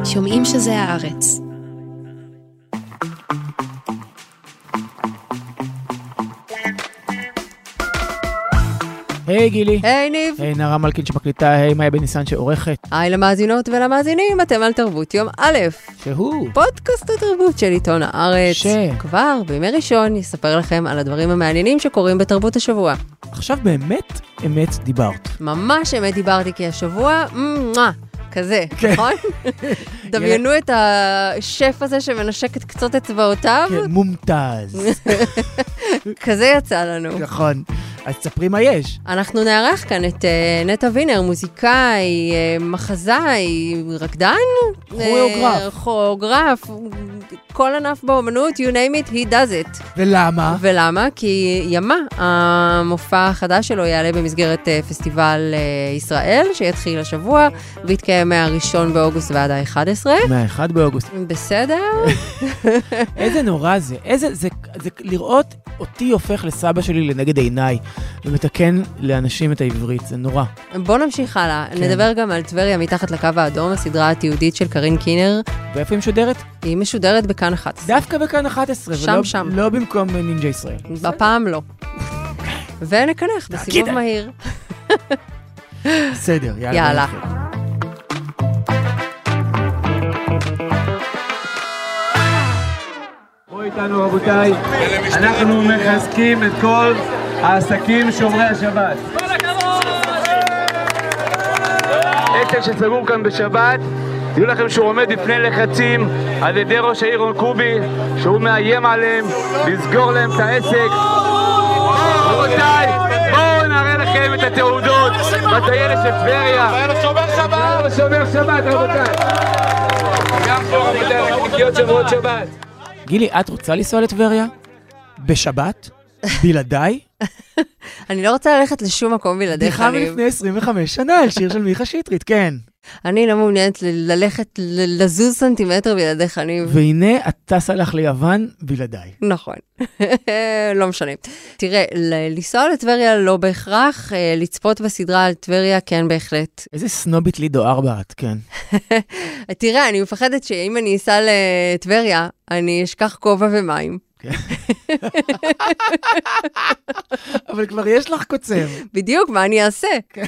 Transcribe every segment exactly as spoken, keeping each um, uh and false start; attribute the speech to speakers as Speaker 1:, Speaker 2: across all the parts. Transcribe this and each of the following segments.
Speaker 1: שומעים שזה הארץ.
Speaker 2: היי גילי.
Speaker 3: היי ניב.
Speaker 2: היי נערה מלכין שמקליטה, היי מאיה בניסן שעורכת.
Speaker 3: היי למאזינות ולמאזינים, אתם על תרבות יום א',
Speaker 2: שהוא
Speaker 3: פודקאסט התרבות של עיתון הארץ.
Speaker 2: ש...
Speaker 3: כבר בימי ראשון יספר לכם על הדברים המעניינים שקורים בתרבות השבוע.
Speaker 2: עכשיו באמת אמת דיברת.
Speaker 3: ממש אמת דיברתי, כי השבוע, מה, כזה, נכון? דמיינו את השף הזה שמנשק את קצות אצבעותיו.
Speaker 2: כן, מומתז.
Speaker 3: כזה יצא לנו.
Speaker 2: נכון. אז תספרי מה יש.
Speaker 3: אנחנו נערך כאן את uh, נטע וינר, מוזיקאי, uh, מחזאי, רקדן?
Speaker 2: כוריאוגרף.
Speaker 3: Uh, כוריאוגרף, כל ענף באומנות, you name it, he does it.
Speaker 2: ולמה?
Speaker 3: ולמה? כי ימה, המופע החדש שלו יעלה במסגרת uh, פסטיבל uh, ישראל, שיתחיל השבוע, ויתקיים מהראשון באוגוסט ועד ה-אחד עשר.
Speaker 2: מהאחד באוגוסט.
Speaker 3: בסדר?
Speaker 2: איזה נורא זה. איזה, זה, זה לראות אותי הופך לסבא שלי לנגד עיניי. ומתקן לאנשים את העברית, זה נורא.
Speaker 3: בוא נמשיך הלאה, כן. נדבר גם על טבריה מתחת לקו האדום, הסדרה התיעודית של קרין קינר.
Speaker 2: ואיפה היא משודרת?
Speaker 3: היא משודרת בכאן אחת עשרה.
Speaker 2: דווקא בכאן אחת עשרה,
Speaker 3: שם,
Speaker 2: ולא,
Speaker 3: שם.
Speaker 2: לא במקום נינג'ה ישראל.
Speaker 3: בפעם לא. ונקנך בסיבוב מהיר.
Speaker 2: בסדר, יאללה.
Speaker 3: יאללה.
Speaker 4: בואו איתנו רבותיי, אנחנו מחזקים את כל העסקים שומרי השבת. עסק שסגור כאן בשבת, תראו לכם שהוא עומד בפני לחצים על ידי ראש העיר רון קובי, שהוא מאיים עליהם לסגור להם את העסק. רבותיי, בואו נראה לכם את התעודות בטיילת של טבריה. שומר שבת! שומר שבת רבותיי! גם פה רבותיי, נקניקיות שומרות שבת.
Speaker 2: גילי, את רוצה לנסוע לטבריה? בשבת? בלעדיי?
Speaker 3: אני לא רוצה ללכת לשום מקום בלעדיך.
Speaker 2: בדיחה מלפני עשרים וחמש שנה על שיר של מיכה שטרית, כן.
Speaker 3: אני לא מעוניינת ללכת, לזוז סנטימטר בלעדיך, אני...
Speaker 2: והנה, את טסה לך ליוון בלעדיי.
Speaker 3: נכון. לא משנה. תראה, לנסוע לטבריה לא בהכרח, לצפות בסדרה על טבריה כן בהחלט.
Speaker 2: איזה סנובית לידו ארבע את, כן.
Speaker 3: תראה, אני מפחדת שאם אני אסע לטבריה, אני אשכח כובע ומים.
Speaker 2: אבל כבר יש לך קוצר.
Speaker 3: בדיוק, מה אני אעשה?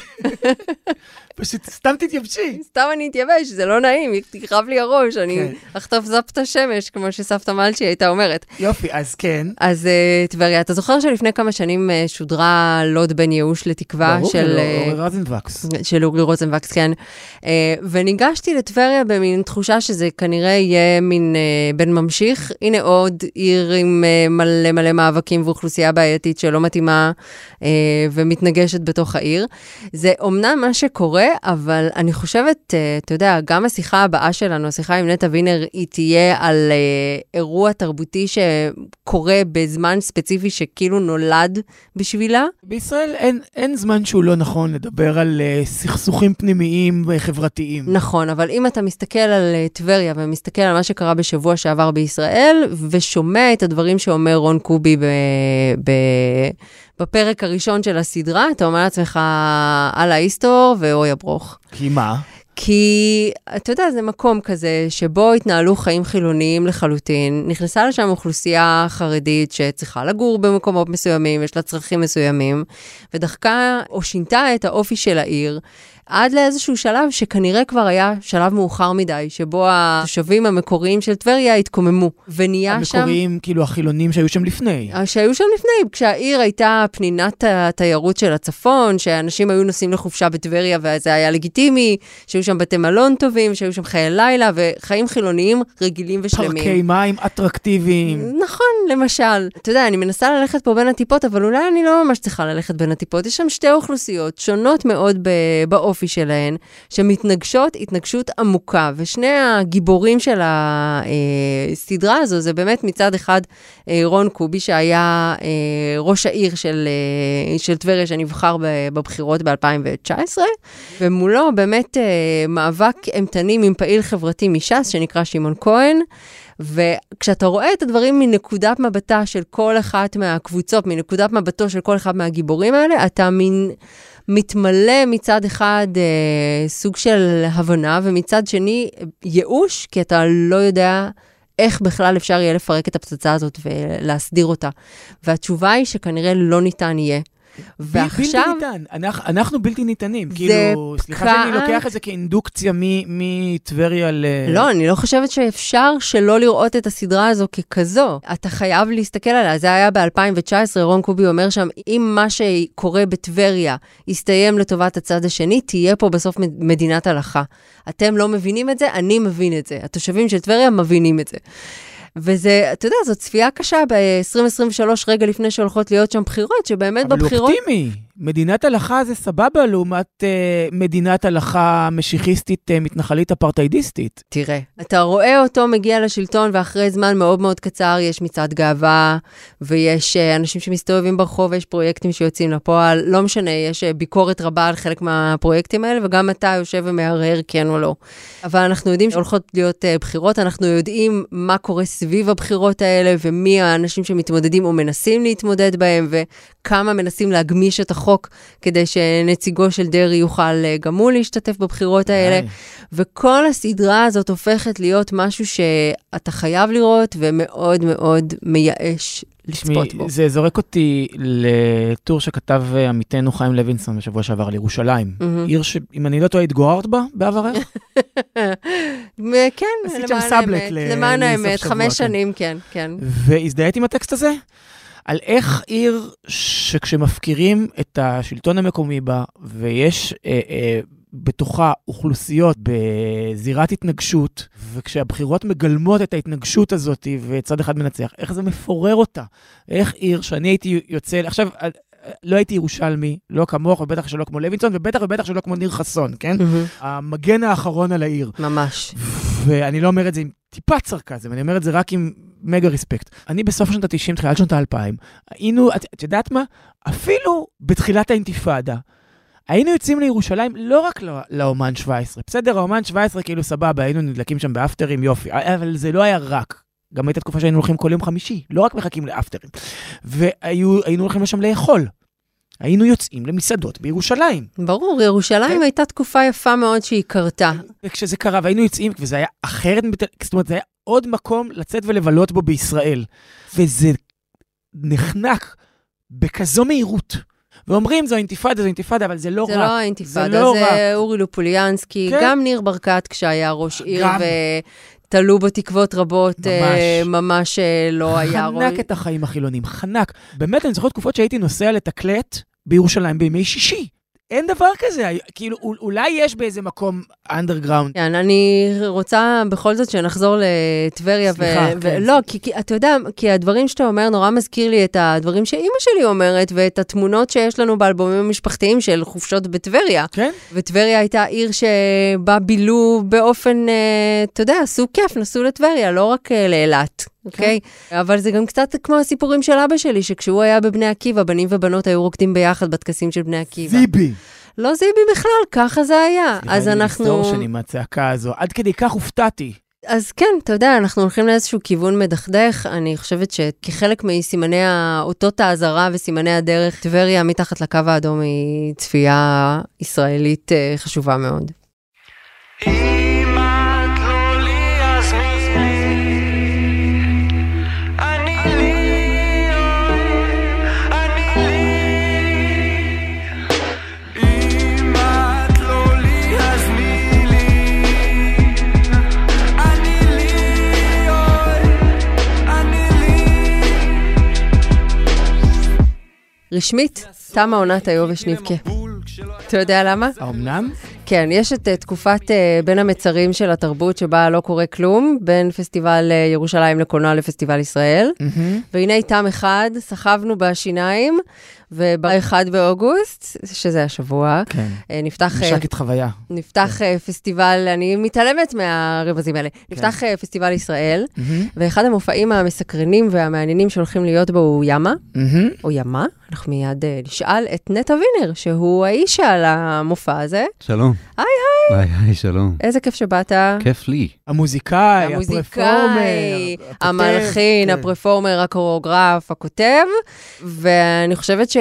Speaker 2: פשוט סתם תתייבשי.
Speaker 3: סתם אני אתייבש, זה לא נעים, תכאב לי הראש, אני אחטוף זפת השמש, כמו שסבתא מלשי הייתה אומרת.
Speaker 2: יופי, אז כן.
Speaker 3: אז טבריה, אתה זוכר שלפני כמה שנים שודרה לוד בין ייאוש לתקווה של
Speaker 2: אורי רוזנבקס.
Speaker 3: של אורי רוזנבקס, כן. וניגשתי לטבריה במין תחושה שזה כנראה יהיה מין בן ממשיך. הנה עוד עיר עם מלא מלא מאבקים ואוכלוסייה בעייתית שלא מתאימה ומתנגשת בתוך העיר. זה אומנם מה שקורה, אבל אני חושבת, אתה יודע, גם השיחה הבאה שלנו, השיחה עם נטע וינר, היא תהיה על אירוע תרבותי שקורה בזמן ספציפי שכאילו נולד בשבילה.
Speaker 2: בישראל אין, אין זמן שהוא לא נכון לדבר על סכסוכים פנימיים וחברתיים.
Speaker 3: נכון, אבל אם אתה מסתכל על טבריה ומסתכל על מה שקרה בשבוע שעבר בישראל, ושומע את הדברים שאומר רון קובי ב... ב... בפרק הראשון של הסדרה, אתה אומר לעצמך על ההיסטור ואוי הברוך.
Speaker 2: כי מה?
Speaker 3: כי, אתה יודע, זה מקום כזה שבו התנהלו חיים חילוניים לחלוטין, נכנסה לשם אוכלוסייה חרדית שצריכה לגור במקומות מסוימים, יש לה צרכים מסוימים, ודחקה או שינתה את האופי של העיר, עד לאיזשהו שלב שכנראה כבר היה שלב מאוחר מדי, שבו התושבים המקוריים של טבריה התקוממו, ונהיה
Speaker 2: המקוריים,
Speaker 3: שם...
Speaker 2: המקוריים, כאילו החילונים שהיו שם לפני.
Speaker 3: שהיו שם לפני, כשהעיר הייתה פנינת התיירות של הצפון, שאנשים היו נוסעים לחופשה בטבריה, וזה היה לגיטימי, שהיו שם בתי מלון טובים, שהיו שם חיי לילה, וחיים חילוניים רגילים ושלמים.
Speaker 2: פארקי מים אטרקטיביים.
Speaker 3: נכון, למשל. אתה יודע, אני מנסה ללכת פה בין הטיפות, אבל אולי אני לא ממש צריכה ללכת בין הטיפות. יש שם שתי אוכלוסיות, שונות מאוד באופי שלהן, שמתנגשות התנגשות עמוקה, ושני הגיבורים של הסדרה הזו, זה באמת מצד אחד רון קובי, שהיה ראש העיר של, של טבריה, שנבחר בבחירות ב-אלפיים תשע עשרה, ומולו באמת מאבק אמתנים עם פעיל חברתי מש"ס, שנקרא שמעון כהן, וכשאתה רואה את הדברים מנקודת מבטה של כל אחת מהקבוצות, מנקודת מבטו של כל אחד מהגיבורים האלה, אתה מין מתמלא מצד אחד אה, סוג של הבנה, ומצד שני ייאוש, כי אתה לא יודע איך בכלל אפשר יהיה לפרק את הפצצה הזאת ולהסדיר אותה. והתשובה היא שכנראה לא ניתן יהיה.
Speaker 2: ועכשיו... בלתי ניתן, אנחנו, אנחנו בלתי ניתנים. כאילו, סליחה שאני לוקח את זה כאינדוקציה מטבריה ל...
Speaker 3: לא, אני לא חושבת שאפשר שלא לראות את הסדרה הזו ככזו. אתה חייב להסתכל עליה. זה היה ב-אלפיים תשע עשרה, רון קובי אומר שם, אם מה שקורה בטבריה יסתיים לטובת הצד השני, תהיה פה בסוף מדינת הלכה. אתם לא מבינים את זה, אני מבין את זה. התושבים של טבריה מבינים את זה. וזה, אתה יודע, זו צפייה קשה ב-עשרים עשרים ושלוש רגע לפני שהולכות להיות שם בחירות, שבאמת
Speaker 2: אבל
Speaker 3: בבחירות...
Speaker 2: אבל אופטימי. מדינת הלכה זה סבבה לעומת uh, מדינת הלכה משיחיסטית, uh, מתנחלית אפרטהיידיסטית.
Speaker 3: תראה, אתה רואה אותו מגיע לשלטון, ואחרי זמן מאוד מאוד קצר יש מצעד גאווה, ויש uh, אנשים שמסתובבים ברחוב, ויש פרויקטים שיוצאים לפועל, לא משנה, יש uh, ביקורת רבה על חלק מהפרויקטים האלה, וגם אתה יושב ומערער כן או לא. אבל אנחנו יודעים שהולכות להיות uh, בחירות, אנחנו יודעים מה קורה סביב הבחירות האלה, ומי האנשים שמתמודדים או מנסים להתמודד בהם, וכמה מנסים להגמיש את החוק, כדי שנציגו של דרי יוכל גם הוא להשתתף בבחירות האלה. וכל הסדרה הזאת הופכת להיות משהו שאתה חייב לראות, ומאוד מאוד מייאש לצפות בו.
Speaker 2: זה זורק אותי לטור שכתב עמיתנו חיים לוינסון בשבוע שעבר על ירושלים. עיר שאם אני לא טועה, התגוררת בה בעברך?
Speaker 3: כן, למען האמת, חמש שנים, כן, כן.
Speaker 2: והזדהית עם הטקסט הזה? על איך עיר שכשמפקירים את השלטון המקומי בה, ויש אה, אה, בתוכה אוכלוסיות בזירת התנגשות, וכשהבחירות מגלמות את ההתנגשות הזאת, וצד אחד מנצח, איך זה מפורר אותה? איך עיר שאני הייתי יוצא, עכשיו, לא הייתי ירושלמי, לא כמוך, ובטח שלא כמו לוינסון, ובטח ובטח שלא כמו ניר חסון, כן? Mm-hmm. המגן האחרון על העיר.
Speaker 3: ממש.
Speaker 2: ואני לא אומר את זה עם טיפת סרקזם, אני אומר את זה רק עם מגה ריספקט. אני בסוף שנות ה-תשעים, תחילת שנות ה-אלפיים, היינו, את, את יודעת מה? אפילו בתחילת האינתיפאדה, היינו יוצאים לירושלים לא רק לא, לאומן שבע עשרה. בסדר, האומן שבע עשרה כאילו סבבה, היינו נדלקים שם באפטרים, יופי, אבל זה לא היה רק. גם הייתה תקופה שהיינו הולכים כל יום חמישי, לא רק מחכים לאפטרים. והיינו הולכים לשם לאכול. היינו יוצאים למסעדות בירושלים.
Speaker 3: ברור, ירושלים הייתה תקופה יפה מאוד שהיא קרתה.
Speaker 2: וכשזה קרה, והיינו יוצאים, וזה היה אחרת, זאת אומרת, זה היה עוד מקום לצאת ולבלות בו בישראל. וזה נחנק בכזו מהירות. ואומרים, זו אינתיפאדה, זו אינתיפאדה, אבל זה לא רק.
Speaker 3: זה לא האינתיפאדה, זה אורי לופוליאנסקי, גם ניר ברקת, כשהיה ראש עיר, ותלו בו תקוות רבות, ממש לא היה רוי.
Speaker 2: חנק את החיים החילונים, חנק. באמת, אני זוכר תקופות שהייתי נוסע לתקלט בירושלים בימי שישי. אין דבר כזה, כאילו, אולי יש באיזה מקום אנדרגראונד.
Speaker 3: כן, אני רוצה בכל זאת שנחזור לטבריה.
Speaker 2: סליחה, כן.
Speaker 3: לא, כי אתה יודע, כי הדברים שאתה אומר נורא מזכיר לי את הדברים שאימא שלי אומרת, ואת התמונות שיש לנו באלבומים המשפחתיים של חופשות בטבריה.
Speaker 2: כן.
Speaker 3: וטבריה הייתה עיר שבה בילו באופן, אתה יודע, עשו כיף, נסעו לטבריה, לא רק לאילת. אוקיי? Okay. אבל זה גם קצת כמו הסיפורים של אבא שלי, שכשהוא היה בבני עקיבא, בנים ובנות היו רוקדים ביחד בטקסים של בני עקיבא.
Speaker 2: זיבי.
Speaker 3: לא זיבי בכלל, ככה זה היה. אז אנחנו...
Speaker 2: סליחה, אני מסתור שני מהצעקה הזו. עד כדי כך הופתעתי.
Speaker 3: אז כן, אתה יודע, אנחנו הולכים לאיזשהו כיוון מדכדך. אני חושבת שכחלק מסימני אותות האזהרה וסימני הדרך, טבריה מתחת לקו האדום היא צפייה ישראלית חשובה מאוד. רשמית, תמה עונת היובש נבכה. אתה יודע למה?
Speaker 2: האמנם?
Speaker 3: כן, יש את תקופת בין המצרים של התרבות שבה לא קורה כלום, בין פסטיבל ירושלים לקולנוע לפסטיבל ישראל. והנה תם אחד, סחבנו בשיניים, וב-אחד באוגוסט, שזה השבוע, נפתח...
Speaker 2: משקת חוויה.
Speaker 3: נפתח פסטיבל, אני מתעלמת מהרבזים האלה, נפתח פסטיבל ישראל, ואחד המופעים המסקרנים והמעניינים שהולכים להיות בו הוא ימה, או ימה, אנחנו מיד נשאל את נטע וינר, שהוא האיש על המופע הזה.
Speaker 1: שלום.
Speaker 3: היי היי.
Speaker 1: היי היי, שלום.
Speaker 3: איזה כיף שבאת.
Speaker 1: כיף לי.
Speaker 2: המוזיקאי, הפרפורמר,
Speaker 3: המלחין, הפרפורמר, הקוריאוגרף, הכותב, ואני חושבת ש...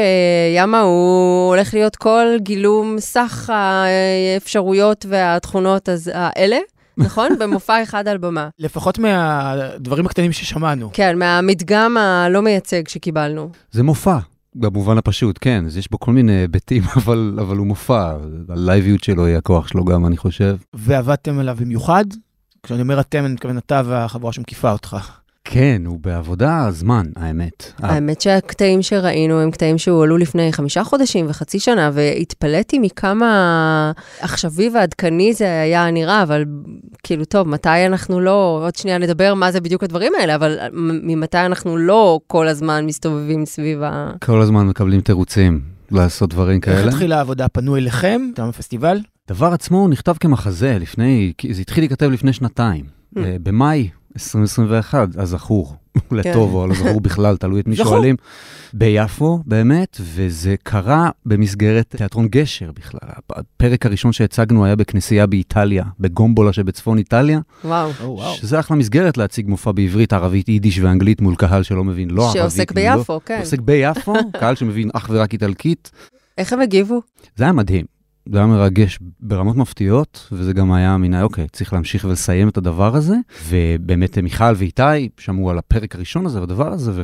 Speaker 3: שימה הוא הולך להיות כל גילום סך האפשרויות והתכונות האלה, נכון? במופע אחד על במה.
Speaker 2: לפחות מהדברים הקטנים ששמענו.
Speaker 3: כן, מהמדגם הלא מייצג שקיבלנו.
Speaker 1: זה מופע. במובן הפשוט, כן, אז יש בו כל מיני היבטים, אבל, אבל הוא מופע. הלייביות שלו היא הכוח שלו גם, אני חושב.
Speaker 2: ועבדתם עליו במיוחד? כשאני אומר אתם, אני מתכוון אתה והחברה שמקיפה אותך.
Speaker 1: כן, הוא בעבודה זמן, האמת.
Speaker 3: האמת שהקטעים שראינו הם קטעים שהוא עלו לפני חמישה חודשים וחצי שנה, והתפלאתי מכמה עכשווי ועדכני זה היה נראה, אבל כאילו טוב, מתי אנחנו לא, עוד שנייה נדבר מה זה בדיוק הדברים האלה, אבל ממתי אנחנו לא כל הזמן מסתובבים סביב ה...
Speaker 1: כל הזמן מקבלים תירוצים לעשות דברים כאלה.
Speaker 2: איך התחילה העבודה? פנו אליכם? אתם בפסטיבל?
Speaker 1: דבר עצמו הוא נכתב כמחזה לפני, זה התחיל להיכתב לפני שנתיים. במאי עשרים עשרים ואחת, הזכור, לטוב או לא זכור בכלל, תלוי את מי שואלים, ביפו, באמת, וזה קרה במסגרת תיאטרון גשר בכלל. הפרק הראשון שהצגנו היה בכנסייה באיטליה, בגומבולה שבצפון איטליה.
Speaker 3: וואו.
Speaker 1: שזה אחלה מסגרת להציג מופע בעברית, ערבית, יידיש ואנגלית מול קהל שלא מבין, לא ערבית.
Speaker 3: שעוסק ביפו, כן.
Speaker 1: שעוסק ביפו, קהל שמבין אך ורק איטלקית.
Speaker 3: איך הם הגיבו?
Speaker 1: זה היה מדהים. זה היה מרגש ברמות מפתיעות, וזה גם היה מיני, אוקיי, צריך להמשיך ולסיים את הדבר הזה, ובאמת מיכל ואיתי שמעו על הפרק הראשון הזה, והדבר הזה,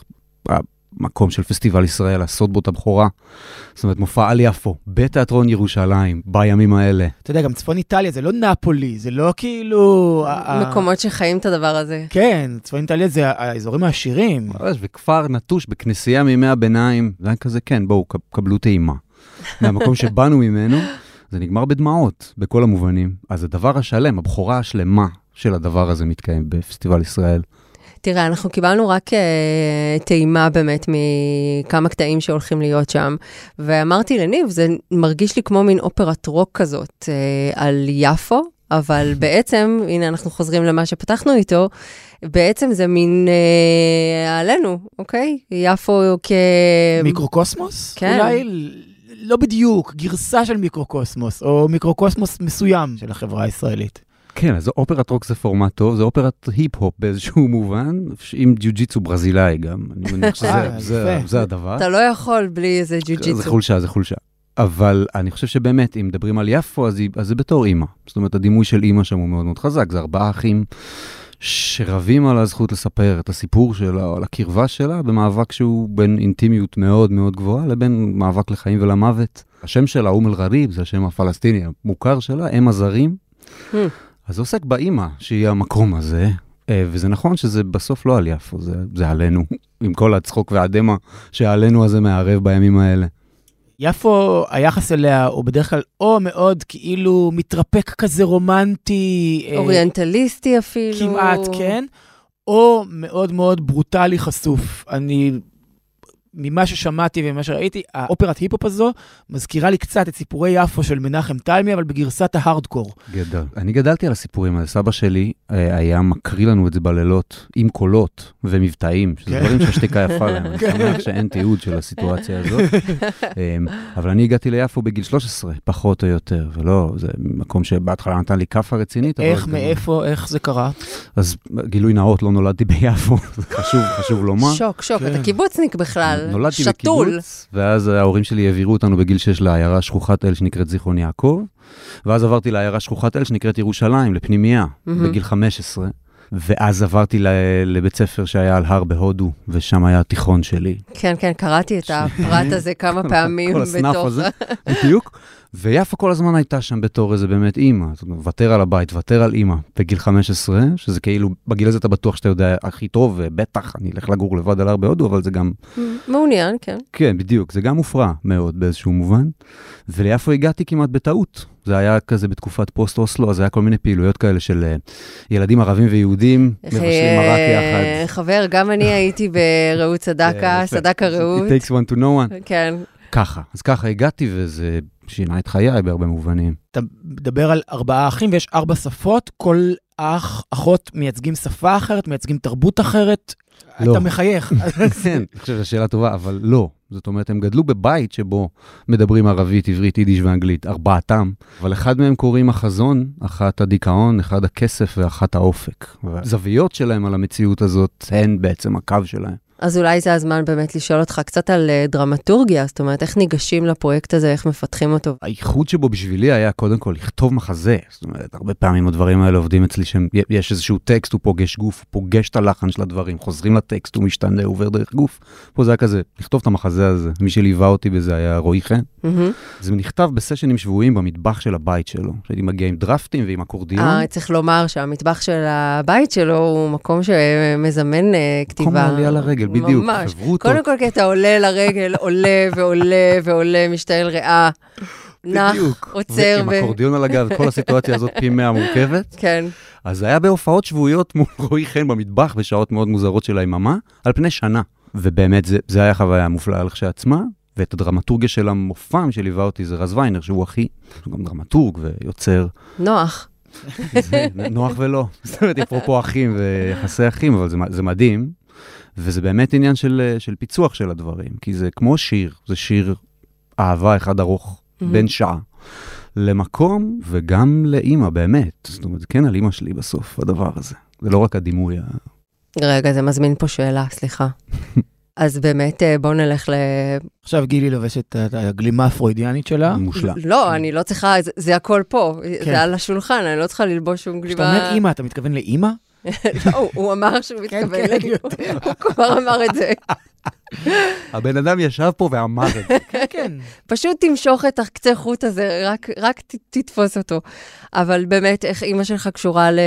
Speaker 1: והמקום של פסטיבל ישראל, לעשות בו את הבחורה, זאת אומרת, מופע על יפו, בתיאטרון ירושלים, בימים האלה.
Speaker 2: אתה יודע, גם צפון איטליה, זה לא נפולי, זה לא כאילו...
Speaker 3: מקומות שחיים את הדבר הזה.
Speaker 2: כן, צפון איטליה זה האזורים העשירים.
Speaker 1: וכפר נטוש בכנסייה מימי הביניים, זה היה כזה, כן, בואו, קבלו טעימה. מהמקום שבאנו ממנו, זה נגמר בדמעות, בכל המובנים. אז הדבר השלם, הבחורה השלמה של הדבר הזה מתקיים בפסטיבל ישראל.
Speaker 3: תראה, אנחנו קיבלנו רק uh, טעימה באמת מכמה קטעים שהולכים להיות שם, ואמרתי לניב, זה מרגיש לי כמו מין אופרת רוק כזאת uh, על יפו, אבל בעצם, הנה אנחנו חוזרים למה שפתחנו איתו, בעצם זה מין אה, עלינו, אוקיי? יפו כ...
Speaker 2: מיקרוקוסמוס?
Speaker 3: כן.
Speaker 2: אולי לא בדיוק, גרסה של מיקרוקוסמוס, או מיקרוקוסמוס מסוים של החברה הישראלית.
Speaker 1: כן, אז אופרת רוק זה פורמט טוב, זה אופרת היפ-הופ באיזשהו מובן, עם ג'יוג'יצו ברזילאי גם. אני מניח שזה הדבר.
Speaker 3: אתה לא יכול בלי איזה ג'יוג'יצו.
Speaker 1: זה חולשה, זה חולשה. אבל אני חושב שבאמת, אם מדברים על יפו, אז זה בתור אימא. זאת אומרת, הדימוי של אימא שם הוא מאוד מאוד חזק. זה ארבעה אחים שרבים על הזכות לספר את הסיפור שלה, או על הקרבה שלה, במאבק שהוא בין אינטימיות מאוד מאוד גבוהה, לבין מאבק לחיים ולמוות. השם שלה, אום אל-גריב, זה השם הפלסטיני המוכר שלה, הם הזרים. אז זה עוסק באימא, שהיא המקום הזה, וזה נכון שזה בסוף לא על יפו, זה, זה עלינו, עם כל הצחוק והדמה שעלינו הזה מערב בימים האלה.
Speaker 2: יפו, היחס אליה הוא בדרך כלל או מאוד כאילו מתרפק כזה רומנטי.
Speaker 3: אוריינטליסטי אפילו.
Speaker 2: כמעט, כן. או מאוד מאוד ברוטלי חשוף. אני... ממה ששמעתי ומה שראיתי, האופרת היפ-הופ הזו מזכירה לי קצת את סיפורי יפו של מנחם תלמי, אבל בגרסת ההרדקור.
Speaker 1: גדל. אני גדלתי על הסיפורים האלה. סבא שלי היה מקריא לנו את זה בלילות עם קולות ומבטאים, שזה דברים שהשתיקה יפה להם. אני שמח שאין תיעוד של הסיטואציה הזאת. אבל אני הגעתי ליפו בגיל שלוש עשרה, פחות או יותר, ולא, זה מקום שבהתחלה נתן לי כפה רצינית.
Speaker 2: איך, מאיפה, איך זה קרה?
Speaker 1: אז גילוי נאות, לא נולדתי ביפו, חשוב, חשוב לומר.
Speaker 3: שוק, שוק, אתה קיבוצניק בכלל.
Speaker 1: נולדתי בקיבוץ, ואז ההורים שלי העבירו אותנו בגיל שש לעיירה שכוחת אל שנקראת זיכרון יעקב, ואז עברתי לעיירה שכוחת אל שנקראת ירושלים, לפנימייה, בגיל חמש עשרה, ואז עברתי לבית ספר שהיה על הר בהודו, ושם היה התיכון שלי.
Speaker 3: כן, כן, קראתי את הפרט הזה כמה פעמים.
Speaker 1: כל הסנף הזה, בדיוק. ויפה כל הזמן הייתה שם בתור איזה באמת אימא, ותר על הבית, ותר על אימא, בגיל חמש עשרה, שזה כאילו, בגיל הזה אתה בטוח שאתה יודע הכי טוב, ובטח אני אלך לגור לבד על הר בהודו, אבל זה גם...
Speaker 3: מעוניין, כן.
Speaker 1: כן, בדיוק, זה גם מופרע מאוד באיזשהו מובן, וליפו הגעתי כמעט בטעות. זה היה כזה בתקופת פוסט-אוסלו, אז היה כל מיני פעילויות כאלה של ילדים ערבים ויהודים, מבשלים מרק יחד.
Speaker 3: חבר, גם אני הייתי ברעות צדקה, צדקה רעות.
Speaker 1: It takes one to know one.
Speaker 3: כן.
Speaker 1: ככה, אז ככה הגעתי, וזה שינה את חיי בהרבה מובנים.
Speaker 2: אתה מדבר על ארבעה אחים, ויש ארבע שפות, כל אח, אחות מייצגים שפה אחרת, מייצגים תרבות אחרת,
Speaker 1: לא.
Speaker 2: אתה מחייך.
Speaker 1: כן, אני חושב שהשאלה טובה, אבל לא. זאת אומרת, הם גדלו בבית שבו מדברים ערבית, עברית, יידיש ואנגלית, ארבעתם, אבל אחד מהם קוראים החזון, אחת הדיכאון, אחד הכסף ואחת האופק. והזוויות שלהם על המציאות הזאת הן בעצם הקו שלהם.
Speaker 3: אז אולי זה הזמן באמת לשאול אותך קצת על דרמטורגיה, זאת אומרת, איך ניגשים לפרויקט הזה, איך מפתחים אותו?
Speaker 1: הייחוד שבו בשבילי היה קודם כל לכתוב מחזה. זאת אומרת, הרבה פעמים הדברים האלה עובדים אצלי שיש איזשהו טקסט, הוא פוגש גוף, הוא פוגש את הלחן של הדברים, חוזרים לטקסט, הוא משתנה, הוא עובר דרך גוף. פה זה היה כזה, לכתוב את המחזה הזה. מי שליווה אותי בזה היה רועי חן. זה נכתב בסשנים שבועיים במטבח של הבית שלו. שהייתי מגיע עם דרפטים ועם אקורדיון.
Speaker 3: אה, צריך לומר שהמטבח של הבית שלו הוא מקום שמזמן כתיבה.
Speaker 1: מקום לעלייה לרגל, בדיוק.
Speaker 3: ממש. קודם כל כי אתה עולה לרגל, עולה ועולה ועולה, משתעל ריאה, נח, עוצר.
Speaker 1: עם אקורדיון על הגב, כל הסיטואציה הזאת פי מאה מורכבת.
Speaker 3: כן.
Speaker 1: אז זה היה בהופעות שבועיות מול רועי חן במטבח, בשעות מאוד מוזרות של היממה, על פני שנה. ובאמת זה, זה היה חוויה מופלאה לכשעצמה, ואת הדרמטורגיה של המופע שליווה אותי זה רז ויינר, שהוא הכי, הוא גם דרמטורג ויוצר.
Speaker 3: נוח.
Speaker 1: זה, נוח ולא. זאת אומרת, אפרופו אחים ויחסי אחים, אבל זה, זה מדהים. וזה באמת עניין של, של פיצוח של הדברים, כי זה כמו שיר, זה שיר אהבה אחד ארוך, mm-hmm. בין שעה, למקום וגם לאמא, באמת. זאת אומרת, כן על אמא שלי בסוף, הדבר הזה. זה לא רק הדימוי.
Speaker 3: רגע, זה מזמין פה שאלה, סליחה. אז באמת, בואו נלך ל...
Speaker 2: עכשיו גילי לובשת את הגלימה הפרוידיאנית שלה.
Speaker 1: מושלם.
Speaker 3: לא, אני לא צריכה, זה, זה הכל פה, כן. זה על השולחן, אני לא צריכה ללבוש שום גלימה.
Speaker 2: כשאתה אומר אמא, אתה מתכוון לאמא?
Speaker 3: לא, הוא אמר שהוא מתכוון לאמא. הוא כבר אמר את זה.
Speaker 1: הבן אדם ישב פה ואמר את זה.
Speaker 2: כן, כן.
Speaker 3: פשוט תמשוך את הקצה חוט הזה, רק, רק ת, תתפוס אותו. אבל באמת, איך אמא שלך קשורה ל...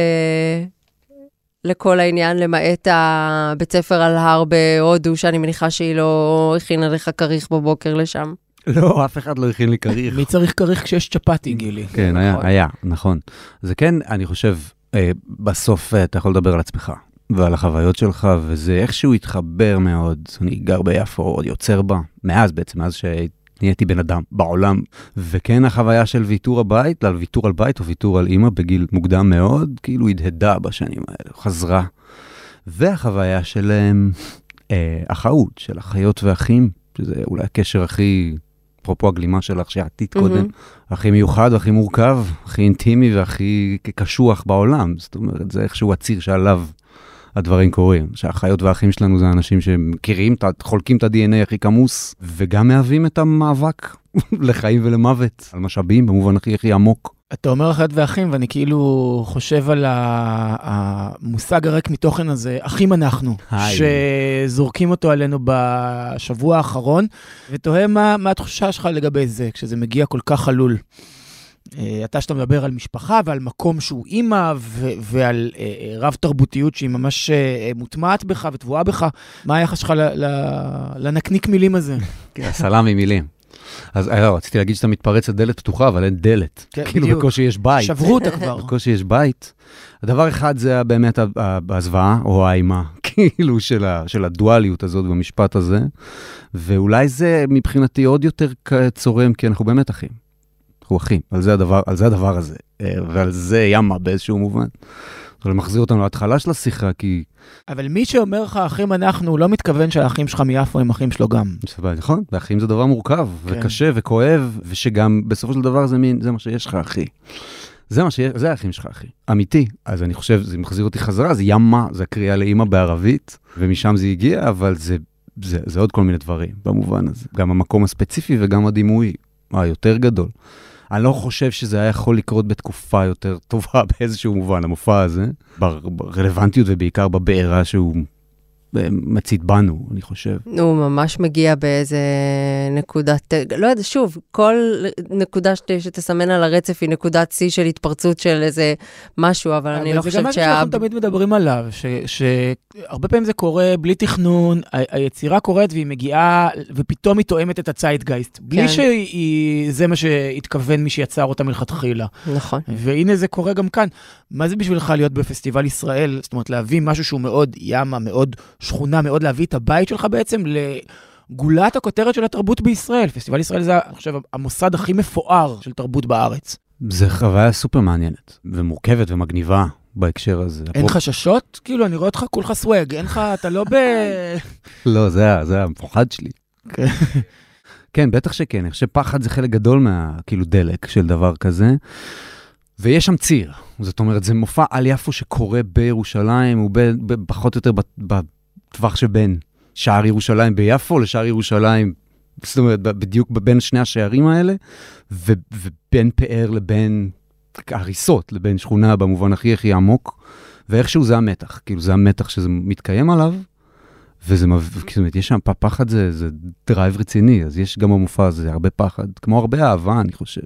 Speaker 3: לכל העניין, למעט הבית ספר על הר בהודו, שאני מניחה שהיא לא הכינה לך כריך בבוקר לשם.
Speaker 1: לא, אף אחד לא הכין לי כריך.
Speaker 2: מי צריך כריך כשיש צ'פאטי, גילי?
Speaker 1: כן, היה, היה, נכון. זה כן, אני חושב, בסוף אתה יכול לדבר על עצמך, ועל החוויות שלך, וזה איכשהו התחבר מאוד. אני גר ביפו, עוד יוצר בה, מאז בעצם, מאז שנהייתי בן אדם בעולם. וכן, החוויה של ויתור הבית, על ויתור על בית או ויתור על אמא בגיל מוקדם מאוד, כאילו התהדה בשנים האלה, חזרה. והחוויה של אה, אחאות, של אחיות ואחים, שזה אולי הקשר הכי, אפרופו הגלימה שלך שעתית קודם, הכי מיוחד והכי מורכב, הכי אינטימי והכי קשוח בעולם. זאת אומרת, זה איכשהו הציר שעליו הדברים קורים. שהאחיות והאחים שלנו זה אנשים שמכירים, חולקים את ה-די אן איי הכי כמוס, וגם מהווים את המאבק לחיים ולמוות, על משאבים במובן הכי הכי עמוק.
Speaker 2: אתה אומר אחת ואחים, ואני כאילו חושב על המושג הריק מתוכן הזה, אחים אנחנו, שזורקים אותו עלינו בשבוע האחרון, ותוהה מה, מה התחושה שלך לגבי זה, כשזה מגיע כל כך חלול. אתה שאתה מדבר על משפחה ועל מקום שהוא אימא, ו- ועל רב תרבותיות שהיא ממש מוטמעת בך וטבועה בך, מה היחס שלך ל- ל- לנקניק מילים הזה?
Speaker 1: סלמי מילים. אז רציתי להגיד שאתה מתפרץ לדלת פתוחה, אבל אין דלת. כאילו בקושי יש בית.
Speaker 2: שברו אותה כבר.
Speaker 1: בקושי יש בית. הדבר אחד זה באמת הזוועה או האימה, כאילו של הדואליות הזאת במשפט הזה, ואולי זה מבחינתי עוד יותר צורם, כי אנחנו באמת אחים. אנחנו אחים, על זה הדבר, על זה הדבר הזה, ועל זה ימה באיזשהו מובן. אבל מחזיר אותנו להתחלה של השיחה, כי...
Speaker 2: אבל מי שאומר לך, אחים אנחנו, הוא לא מתכוון שהאחים שלך מיפו הם אחים שלו גם.
Speaker 1: נכון, ואחים זה דבר מורכב, וקשה וכואב, ושגם בסופו של דבר זה מין, זה מה שיש לך, אחי. זה מה שיש, זה האחים שלך, אחי. אמיתי. אז אני חושב, זה מחזיר אותי חזרה, זה ימה, זה הקריאה לאמא בערבית, ומשם זה הגיע, אבל זה, זה, זה עוד כל מיני דברים, במובן הזה. גם המקום הספציפי וגם הדימוי, היותר גדול. אני לא חושב שזה היה יכול לקרות בתקופה יותר טובה באיזשהו מובן, המופע הזה, ברלוונטיות ובעיקר בבעירה שהוא מצית בנו, אני חושב.
Speaker 3: הוא ממש מגיע באיזה נקודת, לא יודע, שוב, כל נקודה שתסמן על הרצף היא נקודת C של התפרצות של איזה משהו, אבל אני לא חושבת שה...
Speaker 2: אבל זה גם משהו שאנחנו תמיד מדברים עליו, שהרבה פעמים זה קורה בלי תכנון, היצירה קורית והיא מגיעה, ופתאום היא תואמת את הצייטגייסט, בלי שזה מה שהתכוון מי שיצר אותה מלכתחילה.
Speaker 3: נכון.
Speaker 2: והנה זה קורה גם כאן. מה זה בשבילך להיות בפסטיבל ישראל? זאת אומרת, להביא משהו שהוא מאוד ימה, מאוד שכונה, מאוד להביא את הבית שלך בעצם לגולת הכותרת של התרבות בישראל. פסטיבל ישראל זה, אני חושב, המוסד הכי מפואר של תרבות בארץ.
Speaker 1: זה חוויה סופר מעניינת, ומורכבת ומגניבה בהקשר הזה.
Speaker 2: אין חששות? כאילו, אני רואה אותך כולך סווג, אין לך, אתה לא ב...
Speaker 1: לא, זה המפוחד שלי. כן, בטח שכן. אני חושב פחד זה חלק גדול מה, כאילו, דלק של דבר כזה. ויש שם ציר. זאת אומרת, זה מופע על יפו שקורה בירושלים, הוא פחות או יותר בטווח שבין שער ירושלים ביפו לשער ירושלים, זאת אומרת, בדיוק בין שני השערים האלה, ו, ובין פאר לבין הריסות, לבין שכונה במובן הכי הכי עמוק, ואיכשהו זה המתח, כאילו זה המתח שזה מתקיים עליו, וזה, זאת אומרת, יש שם פחד, זה, זה דרייב רציני, אז יש גם במופע הזה הרבה פחד, כמו הרבה אהבה, אני חושב.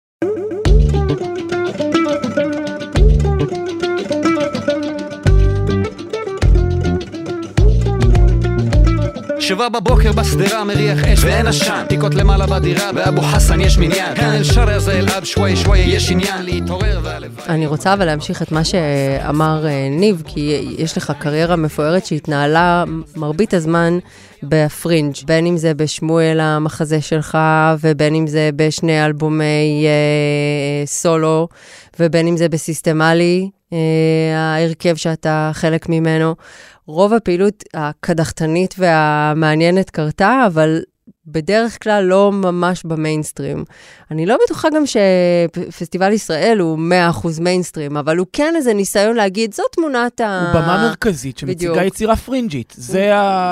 Speaker 5: שבע בבוקר בסדרה מריח אש ואין עשן, פיקות למעלה בדירה באבו חסן יש מניין, כאן אל שרר זה אל אב שווי שווי יש עניין להתעורר והלב.
Speaker 3: אני רוצה אבל להמשיך את מה שאמר ניב, כי יש לך קריירה מפוארת שהתנהלה מרבית הזמן בפרינג', בין אם זה בשמואל המחזה שלך, ובין אם זה בשני אלבומי אה, סולו, ובין אם זה בסיסטמלי, אה, ההרכב שאתה חלק ממנו. רוב הפעילות הקדחתנית והמעניינת קרתה, אבל בדרך כלל לא ממש במיינסטרים. אני לא בטוחה גם שפסטיבל ישראל הוא מאה אחוז מיינסטרים, אבל הוא כן איזה ניסיון להגיד, זאת תמונת ה...
Speaker 2: הוא במה מרכזית שמציגה יצירה פרינג'ית. זה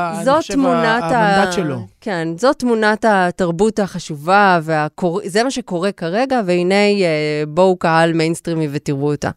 Speaker 2: המנדט שלו.
Speaker 3: כן, זאת תמונת התרבות החשובה, זה מה שקורה כרגע, והנה בואו קהל מיינסטרימי ותראו אותה.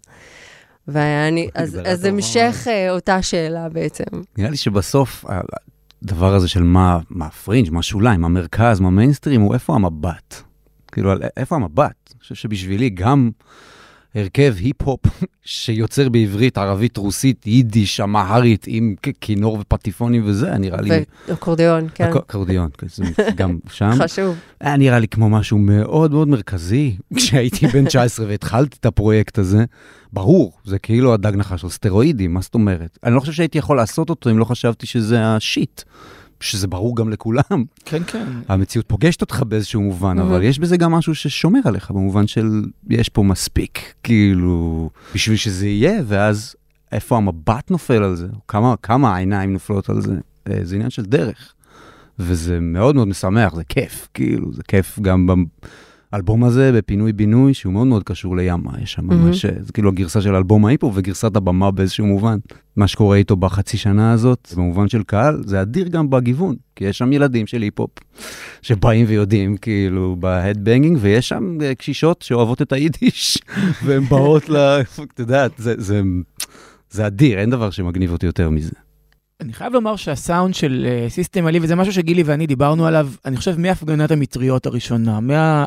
Speaker 3: ואני, אז, אז המשך אותה שאלה בעצם.
Speaker 1: נראה לי שבסוף, הדבר הזה של מה, מה פרינג', מה שוליים, מה מרכז, מה מיינסטרים, הוא איפה המבט? כאילו, איפה המבט? אני חושב שבשבילי גם הרכב היפ-הופ שיוצר בעברית, ערבית, רוסית, יידיש, אמהרית, עם כינור ופטיפונים וזה, נראה לי...
Speaker 3: ואקורדיון, כן.
Speaker 1: אקורדיון, גם שם.
Speaker 3: חשוב.
Speaker 1: היה נראה לי כמו משהו מאוד מאוד מרכזי, כשהייתי בן תשע עשרה והתחלתי את הפרויקט הזה. ברור, זה כאילו הדג נחש של סטרואידים, מה זאת אומרת? אני לא חושב שהייתי יכול לעשות אותו אם לא חשבתי שזה השיט. שזה ברור גם לכולם.
Speaker 2: כן, כן.
Speaker 1: המציאות פוגשת אותך באיזשהו מובן, אבל יש בזה גם משהו ששומר עליך, במובן של יש פה מספיק, כאילו, בשביל שזה יהיה, ואז איפה המבט נופל על זה, כמה, כמה העיניים נופלות על זה, זה עניין של דרך. וזה מאוד מאוד משמח, זה כיף, כאילו, זה כיף גם באלבום הזה, בפינוי בינוי, שהוא מאוד מאוד קשור לימה, יש שם ממש, זה כאילו הגרסה של אלבום ההיפו, וגרסת הבמה באיזשהו מובן. מה שקורה איתו בחצי שנה הזאת, במובן של קהל, זה אדיר גם בגיוון, כי יש שם ילדים של היפ-הופ, שבאים ויודעים, כאילו, בהדבנגינג, ויש שם קשישות שאוהבות את היידיש, והן באות ל... אתה יודעת, זה, זה, זה אדיר, אין דבר שמגניב אותי יותר מזה.
Speaker 2: אני חייב לומר שהסאונד של סיסטם עלי, וזה משהו שגילי ואני דיברנו עליו, אני חושב מהפגנת המטריות הראשונה, מה,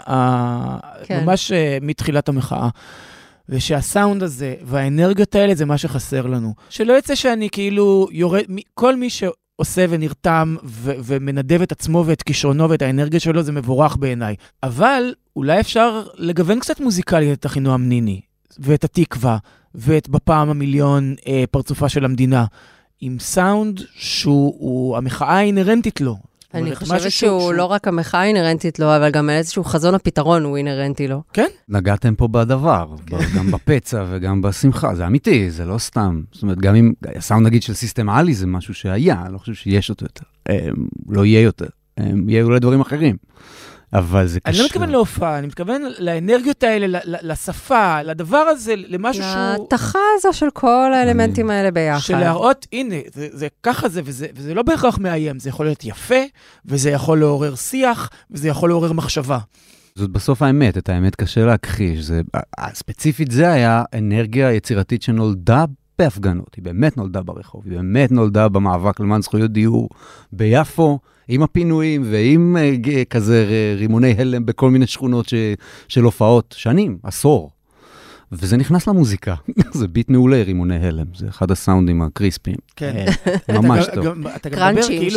Speaker 2: כן. ממש מתחילת המחאה, ושהסאונד הזה והאנרגיות האלה זה מה שחסר לנו. שלא יצא שאני כאילו יורד, כל מי שעושה ונרתם ו- ומנדב את עצמו ואת כישרונו ואת האנרגיה שלו, זה מבורך בעיניי. אבל אולי אפשר לגוון קצת מוזיקלית את אחינועם ניני, ואת התקווה, ואת בפעם המיליון אה, פרצופה של המדינה. עם סאונד שהוא, המחאה האינרנטית לו.
Speaker 3: אני חושבת שהוא לא רק המחאה האינרנטית לו, אבל גם איזשהו חזון הפתרון הוא אינרנטי לו.
Speaker 2: כן?
Speaker 1: נגעתם פה בדבר, גם בפצע וגם בשמחה, זה אמיתי, זה לא סתם. זאת אומרת, גם אם הסאונד נגיד של סיסטם עלי זה משהו שהיה, אני לא חושב שיש אותו יותר. לא יהיה יותר. יהיה אולי דברים אחרים. אבל זה קשה.
Speaker 2: אני לא מתכוון להופעה, אני מתכוון לאנרגיות האלה, לשפה, לדבר הזה, למשהו שהוא...
Speaker 3: לתחה הזו של כל האלמנטים האלה ביחד.
Speaker 2: של להראות, הנה, זה ככה זה, וזה לא בהכרח מאיים, זה יכול להיות יפה, וזה יכול לעורר שיח, וזה יכול לעורר מחשבה.
Speaker 1: זאת בסוף האמת, את האמת קשה להכחיש. ספציפית זה היה אנרגיה יצירתית שנולדה בהפגנות, היא באמת נולדה ברחוב, היא באמת נולדה במאבק למען זכויות דיור ביפו, עם הפינויים ועם uh, כזה רימוני הלם בכל מיני שכונות ש, של הופעות, שנים, עשור. וזה נכנס למוזיקה. זה ביט מעולה, רימוני הלם. זה אחד הסאונדים הקריספיים.
Speaker 2: כן.
Speaker 1: ממש טוב.
Speaker 2: אתה גם מדבר כאילו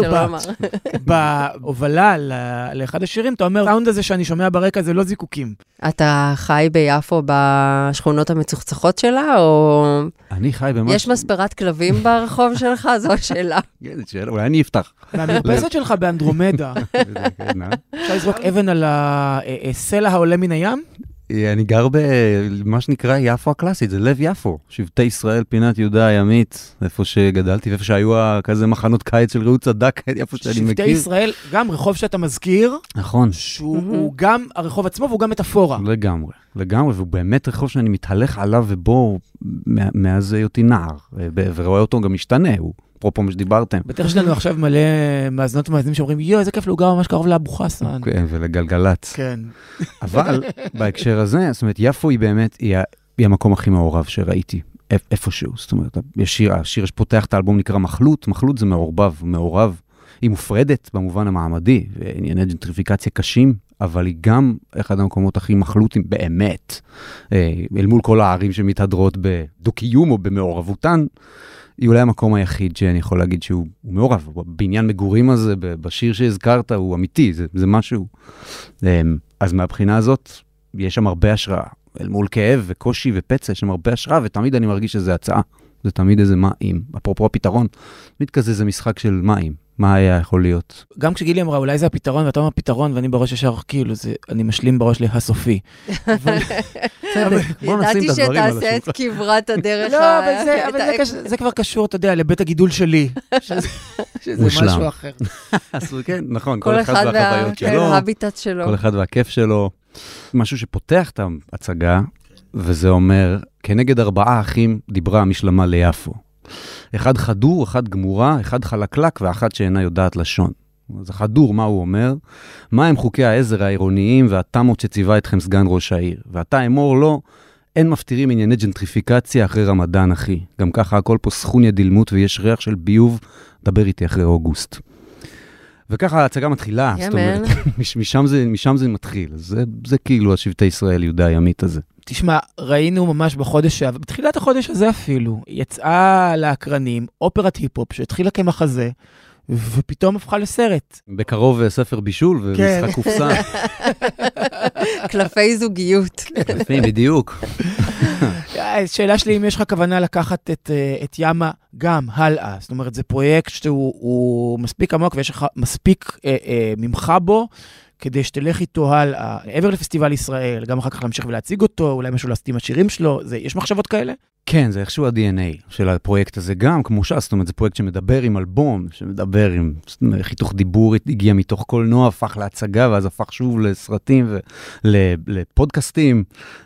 Speaker 2: בהובלה לאחד השירים, אתה אומר, הסאונד הזה שאני שומע ברקע זה לא זיקוקים.
Speaker 3: אתה חי ביפו בשכונות המצוחצחות שלה, או...
Speaker 1: אני חי במש...
Speaker 3: יש מספרת כלבים ברחוב שלך? זו השאלה.
Speaker 1: אולי אני אפתח.
Speaker 2: והמרפסת שלך באנדרומדה. אפשר לזרוק אבן על הסלע העולה מן הים?
Speaker 1: אני גר במה שנקרא יפו הקלאסית, זה לב יפו, שבטי ישראל, פינת יהודה הימית, איפה שגדלתי, ואיפה שהיו כזה מחנות קיץ של רעות צדק, איפה שאני מכיר.
Speaker 2: שבטי ישראל, גם רחוב שאתה מזכיר,
Speaker 1: נכון.
Speaker 2: שהוא גם הרחוב עצמו, והוא גם מטאפורה.
Speaker 1: לגמרי, לגמרי, והוא באמת רחוב שאני מתהלך עליו ובו, מאז היותי נער, ורואה אותו גם משתנה, הוא אפרופו מה שדיברתם.
Speaker 2: בטח שלנו עכשיו מלא מאזנות ומאזנים שאומרים, יו, איזה כיף, הוא גר ממש קרוב לאבו חסן.
Speaker 1: כן, ולגלגלץ.
Speaker 2: כן.
Speaker 1: אבל בהקשר הזה, זאת אומרת, יפו היא באמת, היא, היא המקום הכי מעורב שראיתי, איפשהו. זאת אומרת, השיר, השיר שפותח את האלבום נקרא מחלות, מחלות זה מעורבב, מעורב. היא מופרדת במובן המעמדי, וענייני ג'נטריפיקציה קשים, אבל היא גם אחד המקומות הכי מחלוטים באמת, אל מול כל הערים שמתהדרות בדו-קיום או במעורבותן, היא אולי המקום היחיד שאני יכול להגיד שהוא מעורב. בעניין מגורים הזה, בשיר שהזכרת, הוא אמיתי, זה, זה משהו. אז מהבחינה הזאת, יש שם הרבה השראה. אל מול כאב וקושי ופצע, יש שם הרבה השראה, ותמיד אני מרגיש שזה הצעה. זה תמיד איזה מים. אפרופו הפתרון, תמיד כזה זה משחק של מים. מה היה יכול להיות?
Speaker 2: גם כשגילי אמרה, אולי זה הפתרון, ואתה אומר פתרון, ואני בראש ישר, כאילו, זה, אני משלים בראש לי הסופי.
Speaker 3: ידעתי שתעשה את כברת הדרך.
Speaker 2: לא, אבל זה כבר קשור, אתה יודע, לבית הגידול שלי. שזה משהו אחר.
Speaker 1: כן, נכון, כל אחד והחוויות שלו.
Speaker 3: ההביטט שלו.
Speaker 1: כל אחד והכיף שלו. משהו שפותח את ההצגה, וזה אומר, כנגד ארבעה אחים דיברה המשלמה ליפו. אחד חדור, אחד גמורה, אחד חלקלק ואחת שאינה יודעת לשון. אז החדור, מה הוא אומר? מה הם חוקי העזר העירוניים והתמות שציווה אתכם סגן ראש העיר? ואתה אמור לו, אין מפתירים ענייני ג'נטריפיקציה אחרי רמדאן, אחי. גם ככה הכל פה סכוניה דילמות ויש ריח של ביוב, דבר איתי אחרי אוגוסט. וככה ההצגה מתחילה, זאת אומרת, משם זה, משם זה מתחיל. זה, זה כאילו השבטי ישראל יהודה הימית הזה.
Speaker 2: תשמע, ראינו ממש בחודש, בתחילת החודש הזה אפילו, יצאה לאקרנים אופרת היפ-הופ שהתחילה כמחזה, ופתאום הפכה לסרט.
Speaker 1: בקרוב ספר בישול ומשחק קופסה.
Speaker 3: קלפי זוגיות.
Speaker 1: קלפים, בדיוק.
Speaker 2: שאלה שלי, אם יש לך כוונה לקחת את, את ימה גם הלאה, זאת אומרת, זה פרויקט שהוא מספיק עמוק, ויש לך מספיק אה, אה, ממך בו, כדי שתלך איתו הלאה, עבר לפסטיבל ישראל, גם אחר כך להמשיך ולהציג אותו, אולי משהו להסתים השירים שלו, זה, יש מחשבות כאלה?
Speaker 1: כן, זה איכשהו ה-די אן איי של הפרויקט הזה גם, כמו שעה, זאת אומרת, זה פרויקט שמדבר עם אלבום, שמדבר עם חיתוך דיבור, הגיע מתוך קולנוע, הפך להצגה, ואז הפך שוב לסרטים ולפודקאסטים,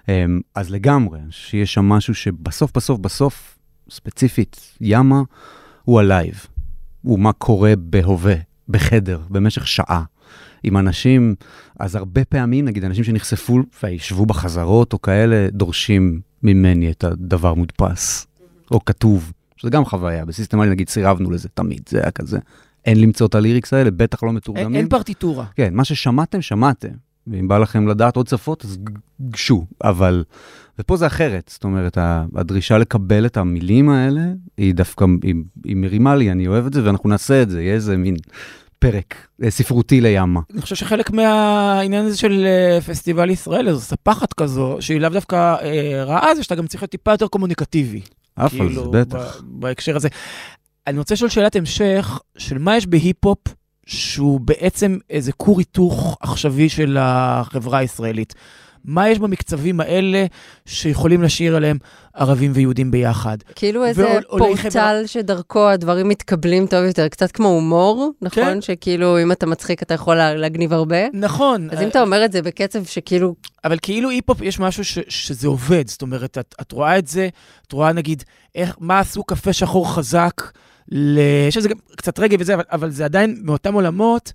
Speaker 1: אז לגמרי, שיש שם משהו שבסוף, בסוף, בסוף, ספציפית, ימה, הוא הלייב, הוא מה קורה בהווה, בחדר, במשך שעה. עם אנשים, אז הרבה פעמים, נגיד, אנשים שנחשפו וישבו בחזרות או כאלה, דורשים ממני את הדבר מודפס, או כתוב, שזה גם חוויה, בסיסטמלי, נגיד, סירבנו לזה תמיד, זה היה כזה. אין למצוא את הליריקס האלה, בטח לא מתורגמים.
Speaker 2: אין, אין פרטיטורה.
Speaker 1: כן, מה ששמעתם, שמעתם. ואם בא לכם לדעת עוד שפות, אז גשו. אבל, ופה זה אחרת, זאת אומרת, הדרישה לקבל את המילים האלה, היא דווקא, היא, היא מרימה לי, אני אוהב את זה, ואנחנו נעשה את זה, יהיה איזה מין פרק ספרותי לימה.
Speaker 2: אני חושב שחלק מהעניין הזה של פסטיבל ישראל, זו ספחת כזו, שהיא לאו דווקא רעה, זה שאתה גם צריך להיות טיפה יותר קומוניקטיבי.
Speaker 1: אף על זה, בטח.
Speaker 2: בהקשר הזה. אני רוצה לשאול שאלת המשך, של מה יש בהיפ-הופ, שהוא בעצם איזה כור היתוך עכשווי של החברה הישראלית. מה יש במקצבים האלה שיכולים לשיר עליהם ערבים ויהודים ביחד?
Speaker 3: כאילו איזה פורטל שדרכו הדברים מתקבלים טוב יותר, קצת כמו הומור, נכון? שכאילו אם אתה מצחיק אתה יכול להגניב הרבה.
Speaker 2: נכון.
Speaker 3: אז אם אתה אומר את זה בקצב שכאילו...
Speaker 2: אבל כאילו היפ-הופ יש משהו שזה עובד, זאת אומרת, את רואה את זה, את רואה נגיד, מה עשו קפה שחור חזק, יש לזה גם קצת רגע וזה, אבל זה עדיין מאותם עולמות,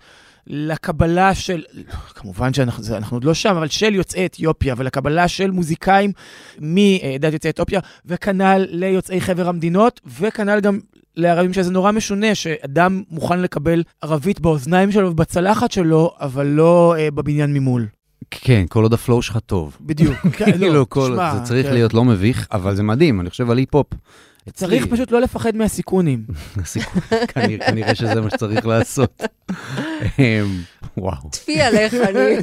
Speaker 2: לקבלה של, כמובן שאנחנו עוד לא שם, אבל של יוצאי אתיופיה, ולקבלה של מוזיקאים מעדת יוצאי אתיופיה, וכנל ליוצאי חבר המדינות, וכנל גם לערבים שזה נורא משונה, שאדם מוכן לקבל ערבית באוזניים שלו ובצלחת שלו, אבל לא אה, בבניין ממול.
Speaker 1: כן, כל עוד הפלואו שלך טוב.
Speaker 2: בדיוק.
Speaker 1: כאילו, זה צריך להיות לא מביך, אבל זה מדהים, אני חושב על היפ-הופ.
Speaker 2: צריך פשוט לא לפחד מהסיכונים.
Speaker 1: כנראה שזה מה שצריך לעשות. וואו.
Speaker 3: תפי עליך, אני...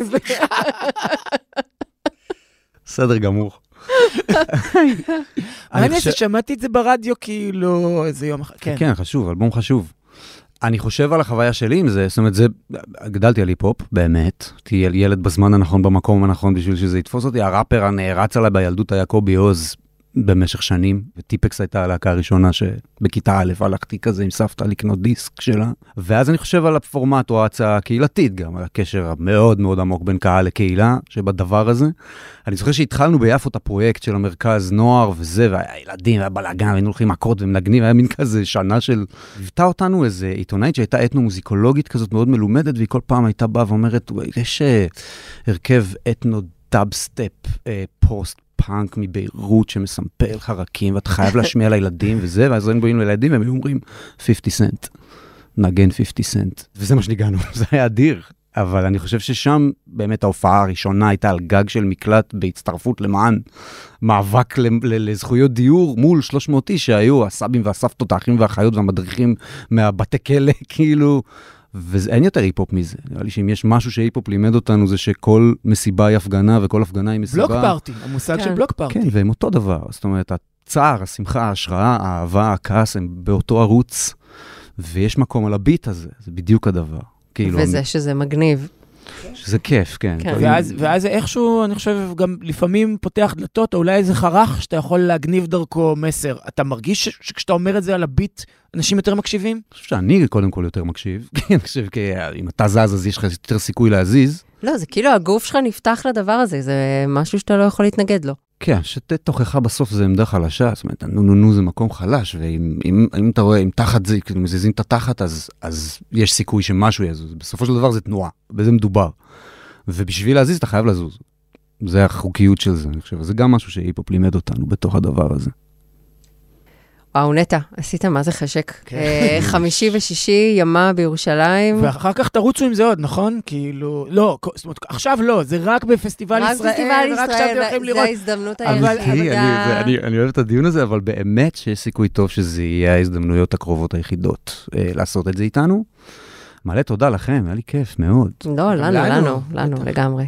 Speaker 1: בסדר גמור.
Speaker 2: אני שמעתי את זה ברדיו כאילו איזה יום אחר.
Speaker 1: כן, חשוב, אלבום חשוב. אני חושב על החוויה שלי עם זה, זאת אומרת, זה, גדלתי על היפ-הופ, באמת, כי ילד בזמן הנכון, במקום הנכון, בשביל שזה יתפוס אותי, הראפר הנערץ עליי בילדות היה קובי עוז, במשך שנים, וטיפקס הייתה הלהקה הראשונה שבכיתה א' הלכתי כזה עם סבתא לקנות דיסק שלה, ואז אני חושב על הפורמט או ההצעה הקהילתית גם, על הקשר המאוד מאוד עמוק בין קהל לקהילה, שבדבר הזה. אני זוכר שהתחלנו ביפו את הפרויקט של המרכז נוער וזה, והילדים והבלגן, והיינו הולכים מכות ומנגנים, היה מין כזה שנה של... הבטא אותנו איזו עיתונאית שהייתה אתנו-מוזיקולוגית כזאת מאוד מלומדת, והיא כל פעם הייתה באה ואומרת, יש הרכב אתנו-דאב-סטפ, פוסט פאנק מביירות שמסמפל חרקים, ואתה חייב להשמיע לילדים וזה, ואז היינו באים לילדים, והם היו אומרים חמישים סנט, נגן חמישים סנט, וזה מה שניגענו, זה היה אדיר. אבל אני חושב ששם באמת ההופעה הראשונה הייתה על גג של מקלט בהצטרפות למען מאבק לזכויות דיור מול שלוש מאות איש שהיו הסבים והסבתות, האחים והאחיות והמדריכים מהבתי כלא, כאילו, ואין יותר היפ-הופ מזה. נראה לי שאם יש משהו שהיפ-הופ לימד אותנו זה שכל מסיבה היא הפגנה וכל הפגנה היא מסיבה.
Speaker 2: בלוק פארטי, המושג
Speaker 3: כן.
Speaker 2: של בלוק פארטי.
Speaker 1: כן, והם אותו דבר. זאת אומרת, הצער, השמחה, ההשראה, האהבה, הכעס, הם באותו ערוץ, ויש מקום על הביט הזה. זה בדיוק הדבר. כאילו,
Speaker 3: וזה
Speaker 1: אני...
Speaker 3: שזה מגניב.
Speaker 1: שזה כיף, כן.
Speaker 3: כן.
Speaker 2: ואז, ואז איכשהו, אני חושב, גם לפעמים פותח דלתות, או אולי איזה חרך שאתה יכול להגניב דרכו מסר. אתה מרגיש ש- שכשאתה אומר את זה על הביט, אנשים יותר מקשיבים?
Speaker 1: אני חושב שאני קודם כל יותר מקשיב, כי אני חושב, כי אם אתה זז, אז יש לך יותר סיכוי להזיז.
Speaker 3: לא, זה כאילו הגוף שלך נפתח לדבר הזה, זה משהו שאתה לא יכול להתנגד לו.
Speaker 1: כן, שתוכחה בסוף זה עמדה חלשה, זאת אומרת, נו נו נו זה מקום חלש, ואם אם, אם אתה רואה, אם תחת זה, כאילו מזיזים את התחת, אז, אז יש סיכוי שמשהו יזוז. בסופו של דבר זה תנועה, בזה מדובר. ובשביל להזיז אתה חייב לזוז. זה החוקיות של זה, אני חושב. זה גם משהו שהיפ-הופ לימד אותנו בתוך הדבר הזה.
Speaker 3: וואו, נטע, עשית מה זה חשק. חמישי ושישי, ימה בירושלים.
Speaker 2: ואחר כך תרוצו עם זה עוד, נכון? כאילו, לא, זאת אומרת, עכשיו לא, זה רק בפסטיבל
Speaker 3: רק
Speaker 2: ישראל,
Speaker 3: פסטיבל
Speaker 2: רק עכשיו אתם
Speaker 3: ישראל,
Speaker 2: יכולים
Speaker 3: זה
Speaker 2: לראות.
Speaker 3: ההזדמנות
Speaker 2: אבל-
Speaker 3: היחידה.
Speaker 1: אני, אני אוהב את הדיון הזה, אבל באמת שיש סיכוי טוב שזה יהיה ההזדמנויות הקרובות היחידות אה, לעשות את זה איתנו. מלא תודה לכם, היה לי כיף מאוד.
Speaker 3: לא, לנו,
Speaker 2: לנו,
Speaker 3: לנו, לנו,
Speaker 2: בטח.
Speaker 3: לגמרי.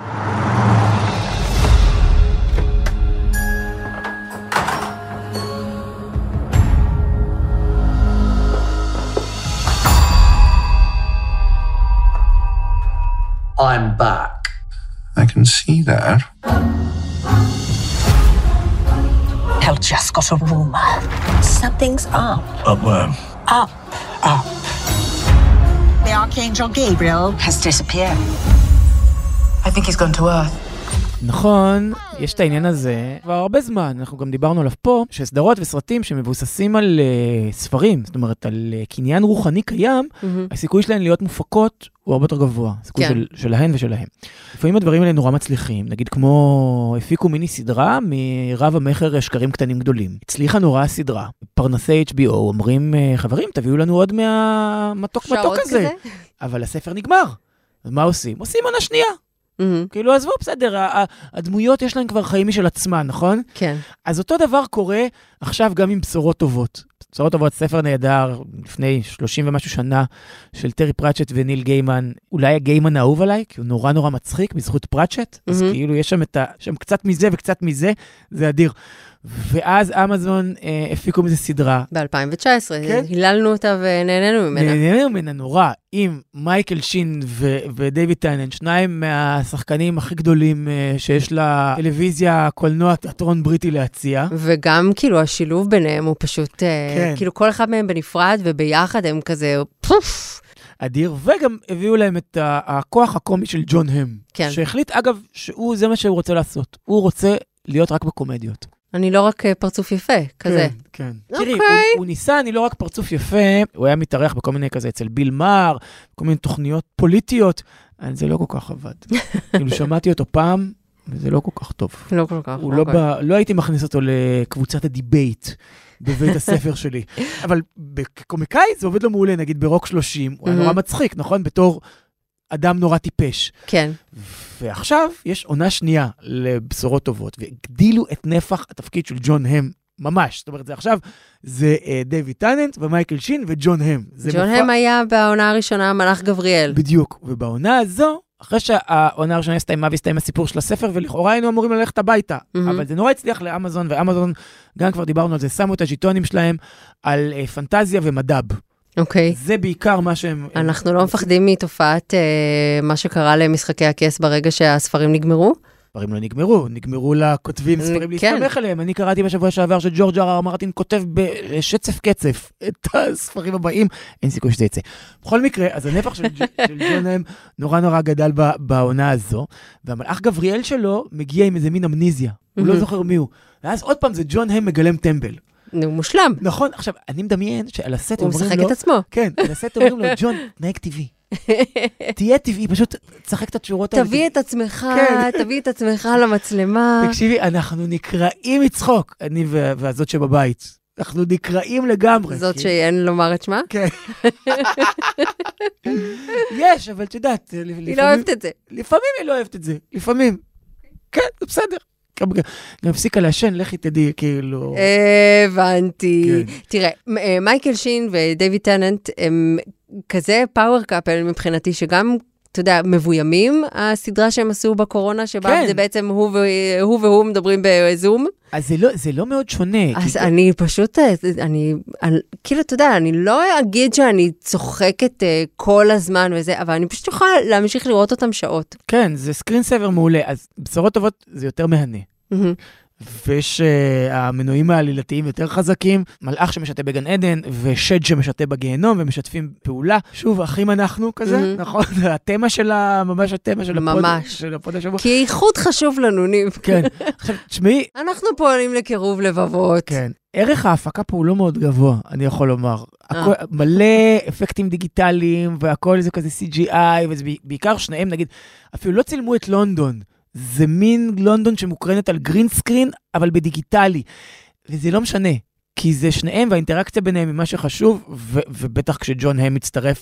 Speaker 6: I'm back.
Speaker 7: I can see that.
Speaker 6: Hell just got a rumor. Something's up.
Speaker 7: Up where?
Speaker 6: Up. Up. The Archangel Gabriel has disappeared. I think he's gone to Earth.
Speaker 2: נכון, יש את העניין הזה כבר הרבה זמן, אנחנו גם דיברנו עליו פה, שסדרות וסרטים שמבוססים על uh, ספרים, זאת אומרת על uh, קניין רוחני קיים,
Speaker 3: מהמם.
Speaker 2: הסיכוי שלהן להיות מופקות הוא הרבה יותר גבוה, הסיכוי
Speaker 3: כן.
Speaker 2: של, שלהן ושלהם. לפעמים הדברים האלה נורא מצליחים, נגיד כמו הפיקו מיני סדרה מרב המחר שקרים קטנים גדולים. הצליחה נורא הסדרה, פרנסי אייץ' בי או אומרים, uh, חברים, תביאו לנו עוד מהמתוק מתוק
Speaker 3: שעות
Speaker 2: הזה.
Speaker 3: כזה?
Speaker 2: אבל הספר נגמר. אז מה עושים? עושים עונה שנייה.
Speaker 3: מהמם.
Speaker 2: כאילו, עזבו, בסדר, ה- ה- הדמויות יש להן כבר חיים משל עצמן, נכון?
Speaker 3: כן.
Speaker 2: אז אותו דבר קורה עכשיו גם עם בשורות טובות. בשורות טובות, ספר נהדר, לפני שלושים ומשהו שנה, של טרי פרצ'ט וניל גיימן, אולי הגיימן האהוב עליי, כי הוא נורא נורא מצחיק, בזכות פרצ'ט, אז
Speaker 3: מהמם.
Speaker 2: כאילו יש שם, את ה, שם קצת מזה וקצת מזה, זה אדיר. ואז אמזון אה, הפיקו מזה סדרה,
Speaker 3: ב-אלפיים תשע עשרה,
Speaker 2: כן.
Speaker 3: היללנו אותה ונהנינו ממנה.
Speaker 2: נהנה ממנה נורא, עם מייקל שין ו- ודייוויד טיינן, שניים מהשחקנים הכי גדולים אה, שיש לטלוויזיה, קולנוע, תיאטרון בריטי להציע.
Speaker 3: וגם כאילו השילוב ביניהם הוא פשוט, אה,
Speaker 2: כן.
Speaker 3: כאילו כל אחד מהם בנפרד וביחד הם כזה פוף.
Speaker 2: אדיר, וגם הביאו להם את ה- הכוח הקומי של ג'ון הם.
Speaker 3: כן.
Speaker 2: שהחליט, אגב, שהוא, זה מה שהוא רוצה לעשות. הוא רוצה להיות רק בקומדיות.
Speaker 3: אני לא רק אה, פרצוף יפה, כזה.
Speaker 2: כן, כן.
Speaker 3: אוקיי.
Speaker 2: תראי, הוא, הוא ניסה, אני לא רק פרצוף יפה, הוא היה מתארח בכל מיני כזה אצל ביל מאר, כל מיני תוכניות פוליטיות, אבל זה לא כל כך עבד. כאילו, שמעתי אותו פעם, וזה לא כל כך טוב.
Speaker 3: לא כל כך.
Speaker 2: הוא לא,
Speaker 3: אוקיי.
Speaker 2: בא, לא הייתי מכניס אותו לקבוצת הדיבייט בבית הספר שלי. אבל כקומיקאי זה עובד לו מעולה, נגיד ברוק שלושים, הוא היה נורא מצחיק, נכון? בתור אדם נורא טיפש.
Speaker 3: כן.
Speaker 2: ועכשיו יש עונה שנייה לבשורות טובות, והגדילו את נפח התפקיד של ג'ון הם ממש. זאת אומרת, זה עכשיו, זה אה, דיוויד טננט ומייקל שין וג'ון הם. זה
Speaker 3: ג'ון
Speaker 2: מופע-
Speaker 3: הם היה בעונה הראשונה מלאך גבריאל.
Speaker 2: בדיוק. ובעונה הזו, אחרי שהעונה הראשונה הסתיימה והסתיים הסיפור של הספר, ולכאורה היינו אמורים ללכת הביתה.
Speaker 3: מהמם.
Speaker 2: אבל זה נורא הצליח לאמזון, ואמזון, גם כבר דיברנו על זה, שמו את הז'יטונים שלהם על אה, פנטזיה ומדב.
Speaker 3: אוקיי.
Speaker 2: זה בעיקר מה שהם...
Speaker 3: אנחנו לא מפחדים מתופעת אה, מה שקרה למשחקי הכס ברגע שהספרים נגמרו?
Speaker 2: דברים לא נגמרו, נגמרו לכותבים ספרים להסתמך עליהם. אני קראתי בשבוע שעבר שג'ורג' אר אר מרטין כותב בשצף קצף את הספרים הבאים, אין סיכוי שזה יצא. בכל מקרה, אז הנפח של ג'ון הם נורא נורא גדל בעונה הזו, והמלאך גבריאל שלו מגיע עם איזה מין אמניזיה, הוא לא זוכר מי הוא. ואז עוד פעם זה ג'ון הם מגלם טמבל.
Speaker 3: נו, מושלם.
Speaker 2: נכון, עכשיו, אני מדמיין שעל הסט
Speaker 3: הוא משחק את עצמו.
Speaker 2: כן, על הסט אומרים לו, ג'ון, תנהג טבעי. תהיה טבעי, פשוט צחק את התשורות האלה.
Speaker 3: תביא את עצמך, תביא את עצמך למצלמה.
Speaker 2: תקשיבי, אנחנו נקראים מצחוק, אני והזאת שבבית. אנחנו נקראים לגמרי.
Speaker 3: זאת שאין לומר את שמה?
Speaker 2: כן. יש, אבל תדעת,
Speaker 3: היא לא אוהבת את זה.
Speaker 2: לפעמים היא לא אוהבת את זה, לפעמים. כן, זה בסדר. גם הפסיקה לעשן, לכי תדעי, כאילו...
Speaker 3: הבנתי. תראה, מייקל שין ודייוויד טננט הם כזה פאוור קאפל מבחינתי, שגם, אתה יודע, מבוימים, הסדרה שהם עשו בקורונה, שבה זה בעצם הוא והוא מדברים בזום.
Speaker 2: אז זה לא מאוד שונה.
Speaker 3: אז אני פשוט, אני, כאילו, אתה יודע, אני לא אגיד שאני צוחקת כל הזמן וזה, אבל אני פשוט יכולה להמשיך לראות אותם שעות.
Speaker 2: כן, זה סקרין סייבר מעולה, אז בשורות טובות זה יותר מהנה. ויש המנועים העלילתיים יותר חזקים, מלאך שמשתה בגן עדן, ושד שמשתה בגיהנום, ומשתפים פעולה. שוב, אחים אנחנו כזה, נכון? התמה שלה, ממש התמה של הפוד השבוע.
Speaker 3: כי איכות חשוב לנו, ניב.
Speaker 2: כן. עכשיו, תשמעי...
Speaker 3: אנחנו פועלים לקירוב לבבות.
Speaker 2: כן. ערך ההפקה פה הוא לא מאוד גבוה, אני יכול לומר. מלא אפקטים דיגיטליים, והכל זה כזה סי ג'י איי, וזה בעיקר שניהם, נגיד, אפילו לא צילמו את לונדון. זה מין לונדון שמוקרנת על גרין סקרין, אבל בדיגיטלי. וזה לא משנה, כי זה שניהם, והאינטראקציה ביניהם היא מה שחשוב, ו- ובטח כשג'ון הם מצטרף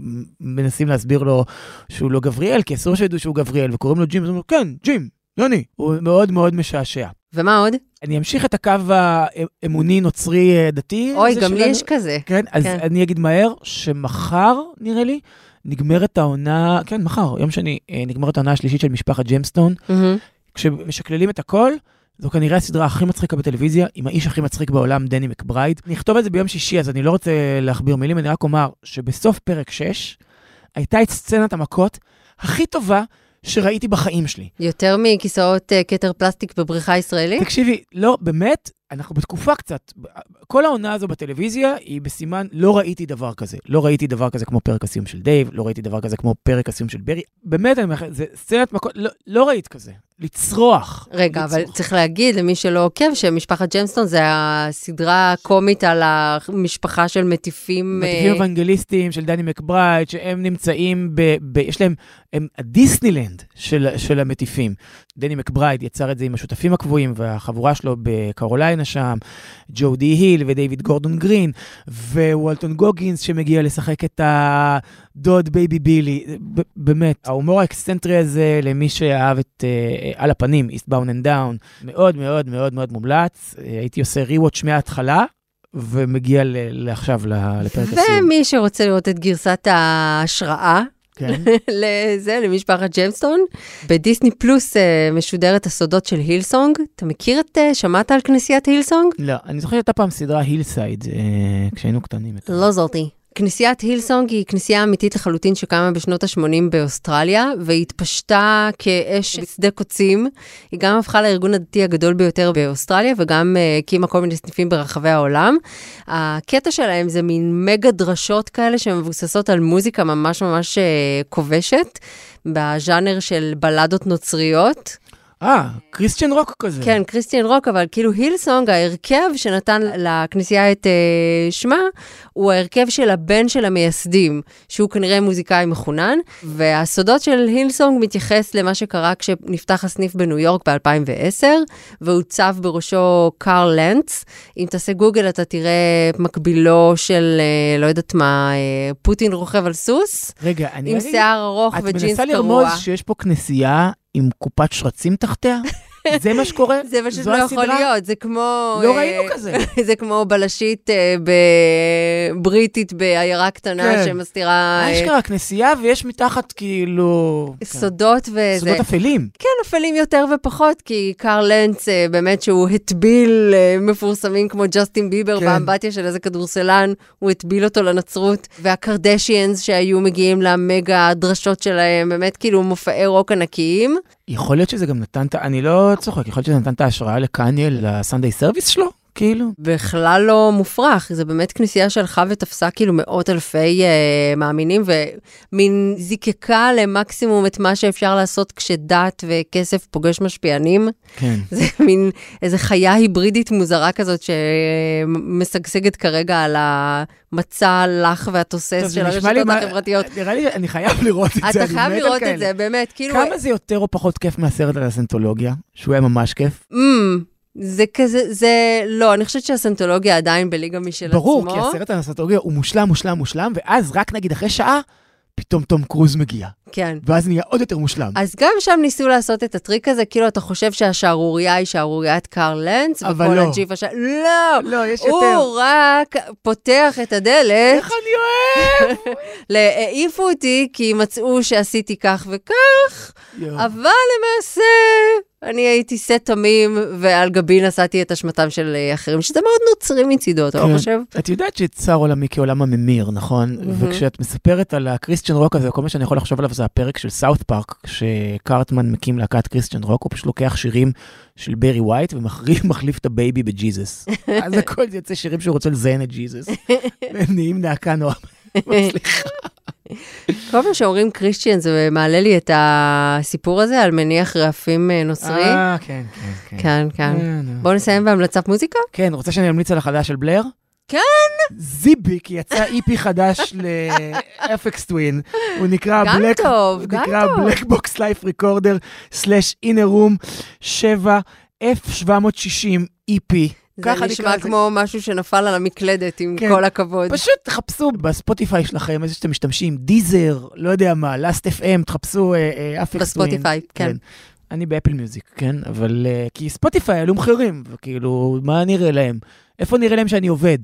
Speaker 2: ומנסים להסביר לו שהוא לא גבריאל, כי אסור שידעו שהוא גבריאל, וקוראים לו ג'ים, אז הוא אומר, כן, ג'ים, יוני. הוא מאוד מאוד משעשע.
Speaker 3: ומה עוד?
Speaker 2: אני אמשיך את הקו האמוני נוצרי דתי.
Speaker 3: אוי, גם לי יש כזה.
Speaker 2: כן, אז אני אגיד מהר, שמחר, נראה לי, נגמרת העונה, כן, מחר, יום שני, נגמרת העונה השלישית של משפחת ג'יימסטון. כשמשקללים את הכל, זו כנראה הסדרה הכי מצחיקה בטלוויזיה, עם האיש הכי מצחיק בעולם, דני מקברייד. אני אכתוב את זה ביום שישי, אז אני לא רוצה להכביר מילים, אני רק אומר שבסוף פרק שש, הייתה את סצנת המכות הכי טובה שראיתי בחיים שלי.
Speaker 3: יותר מכיסאות כתר פלסטיק בבריכה ישראלית?
Speaker 2: תקשיבי, לא, באמת, אנחנו בתקופה קצת, כל העונה הזו בטלוויזיה היא בסימן, לא ראיתי דבר כזה. לא ראיתי דבר כזה כמו פרק הסיום של דייב, לא ראיתי דבר כזה כמו פרק הסיום של ברי. באמת, זה סצנת מכות, לא, לא ראית כזה. לצרוח.
Speaker 3: רגע,
Speaker 2: לצרוח.
Speaker 3: אבל צריך להגיד למי שלא עוקב, שמשפחת ג'יימסטון זה הסדרה הקומית על המשפחה של מטיפים...
Speaker 2: מטיפים אוונגליסטים של דני מקברייד, שהם נמצאים ב... ב יש להם... הם הדיסנילנד של, של המטיפים. דני מקברייד יצר את זה עם השותפים הקבועים, והחבורה שלו בקרוליינה שם, ג'ו די היל ודייוויד גורדון גרין, ווולטון גוגינס שמגיע לשחק את הדוד בייבי בילי. באמת, ההומור האקסצנטרי הזה למי שאהב את uh, על הפנים, Eastbound and Down, מאוד מאוד מאוד מאוד מומלץ. הייתי עושה ריווץ' מההתחלה, ומגיע לעכשיו לפרק הסיום.
Speaker 3: ומי שרוצה לראות את גרסת ההשראה,
Speaker 2: כן.
Speaker 3: לזה, למשפחת ג'יימסטון. בדיסני פלוס משודרת הסודות של הילסונג. אתה מכיר את, שמעת על כנסיית הילסונג?
Speaker 2: לא, אני זוכרת שהייתה פעם סדרה הילסייד, כשהיינו קטנים.
Speaker 3: לא זאתי. כנסיית הילסונג היא כנסייה אמיתית לחלוטין שקמה בשנות ה-שמונים באוסטרליה, והיא התפשטה כאש בשדה קוצים. היא גם הפכה לארגון הדתי הגדול ביותר באוסטרליה, וגם הקימה כל מיני סניפים ברחבי העולם. הקטע שלהם זה מין מגה דרשות כאלה שמבוססות על מוזיקה ממש ממש כובשת, בז'אנר של בלדות נוצריות.
Speaker 2: אה, קריסטיאן רוק כזה.
Speaker 3: כן, קריסטיאן רוק, אבל כאילו הילסונג, ההרכב שנתן לכנסייה את uh, שמה, הוא ההרכב של הבן של המייסדים, שהוא כנראה מוזיקאי מחונן, והסודות של הילסונג מתייחס למה שקרה כשנפתח הסניף בניו יורק ב-אלפיים ועשר, והוצב בראשו קארל לנץ. אם תעשה גוגל, אתה תראה מקבילו של, uh, לא יודעת מה, uh, פוטין רוכב על סוס,
Speaker 2: רגע, אני...
Speaker 3: עם שיער ארוך וג'ינס קרוע.
Speaker 2: את מנסה לרמוז שיש פה כניסייה עם קופת שרצים תחתיה? זה מה שקורה?
Speaker 3: זה פשוט לא יכול להיות, זה כמו...
Speaker 2: לא ראינו כזה.
Speaker 3: זה כמו בלשית בריטית בעיירה קטנה שמסתירה...
Speaker 2: אשכרה כנסייה ויש מתחת כאילו...
Speaker 3: סודות וזה...
Speaker 2: סודות אפלים.
Speaker 3: כן, אפלים יותר ופחות, כי קארל לנץ באמת שהוא הטביל מפורסמים כמו ג'סטין ביבר באמבטיה של איזה כדורסלן, הוא הטביל אותו לנצרות, והקרדשיאנס שהיו מגיעים למגה הדרשות שלהם, באמת כאילו מופעי רוק ענקיים.
Speaker 2: יכול להיות שזה גם נתן, אני לא צוחק, יכול להיות שזה נתן את ההשראה לקניה, לסנדיי סרוויס שלו, כאילו.
Speaker 3: בכלל לא מופרך, זה באמת כנסייה שהלכה ותפסה כאילו מאות אלפי אה, מאמינים, ומין זיקקה למקסימום את מה שאפשר לעשות כשדת וכסף פוגש משפיענים.
Speaker 2: כן.
Speaker 3: זה מין איזו חיה היברידית מוזרה כזאת שמשגשגת כרגע על המצע הלך והתוסס של הרשתות החברתיות.
Speaker 2: נראה לי, אני חייב לראות את זה.
Speaker 3: אתה חייב לראות את זה, באמת.
Speaker 2: כמה זה יותר או פחות כיף מהסרט על הסנטולוגיה? שהוא היה ממש כיף?
Speaker 3: זה כזה, זה, לא, אני חושבת שהסנטולוגיה עדיין בליגה משל עצמו.
Speaker 2: ברור, כי הסרט על הסנטולוגיה הוא מושלם, מושלם, מושלם, ואז רק נגיד אחרי שעה, פתאום תום קרוז מגיע.
Speaker 3: כן.
Speaker 2: ואז נהיה עוד יותר מושלם.
Speaker 3: אז גם שם ניסו לעשות את הטריק הזה, כאילו אתה חושב שהשערוריה היא שערוריית קארל לנץ,
Speaker 2: אבל
Speaker 3: וכל
Speaker 2: לא.
Speaker 3: הג'יפ השע... לא!
Speaker 2: לא, יש
Speaker 3: הוא
Speaker 2: יותר.
Speaker 3: הוא רק פותח את הדלת.
Speaker 2: איך אני אוהב!
Speaker 3: העיפו אותי, כי מצאו שעשיתי כך וכך, אבל למעשה... אני הייתי סט תמים, ועל גבי נסעתי את השמתם של אחרים, שזה מאוד נוצרי מצידו, אתה לא חושב?
Speaker 2: את יודעת שצער עולמי כעולם הממיר, נכון? וכשאת מספרת על הקריסטיאן רוק הזה, כל מה שאני יכול לחשוב עליו זה הפרק של סאות' פארק, שקארטמן מקים להקת קריסטיאן רוק, הוא פשוט לוקח שירים של ברי ווייט, ומחליף את הבייבי בג'יזוס. אז הכל יוצא שירים שהוא רוצה לזיין את ג'יזוס. והם נהיים להקה נורא מצליחה.
Speaker 3: כל פעם שאומרים קריסטיאן, זה מעלה לי את הסיפור הזה על מניח רעפים נוצרי.
Speaker 2: אה, כן, כן.
Speaker 3: כן, כן. בואו נסיים בהמלצת מוזיקה.
Speaker 2: כן, רוצה שאני אמליץ על החדש של בלר?
Speaker 3: כן.
Speaker 2: זיביק יצא איפי חדש לאפקס טווין. הוא נקרא
Speaker 3: גם טוב, גם טוב.
Speaker 2: הוא נקרא Black Box Life Recorder slash Inner Room שבע אף שבע מאות שישים איפי.
Speaker 3: זה נשמע כמו משהו שנפל על המקלדת, עם כל הכבוד.
Speaker 2: פשוט תחפשו בספוטיפיי שלכם, איזה שאתם משתמשים, דיזר, לא יודע מה, לאסט אף אם, תחפשו אפקס טווין.
Speaker 3: בספוטיפיי, כן.
Speaker 2: אני באפל מיוזיק, כן? אבל כי ספוטיפיי עלו מחירים, וכאילו, מה נראה להם? איפה נראה להם שאני עובד?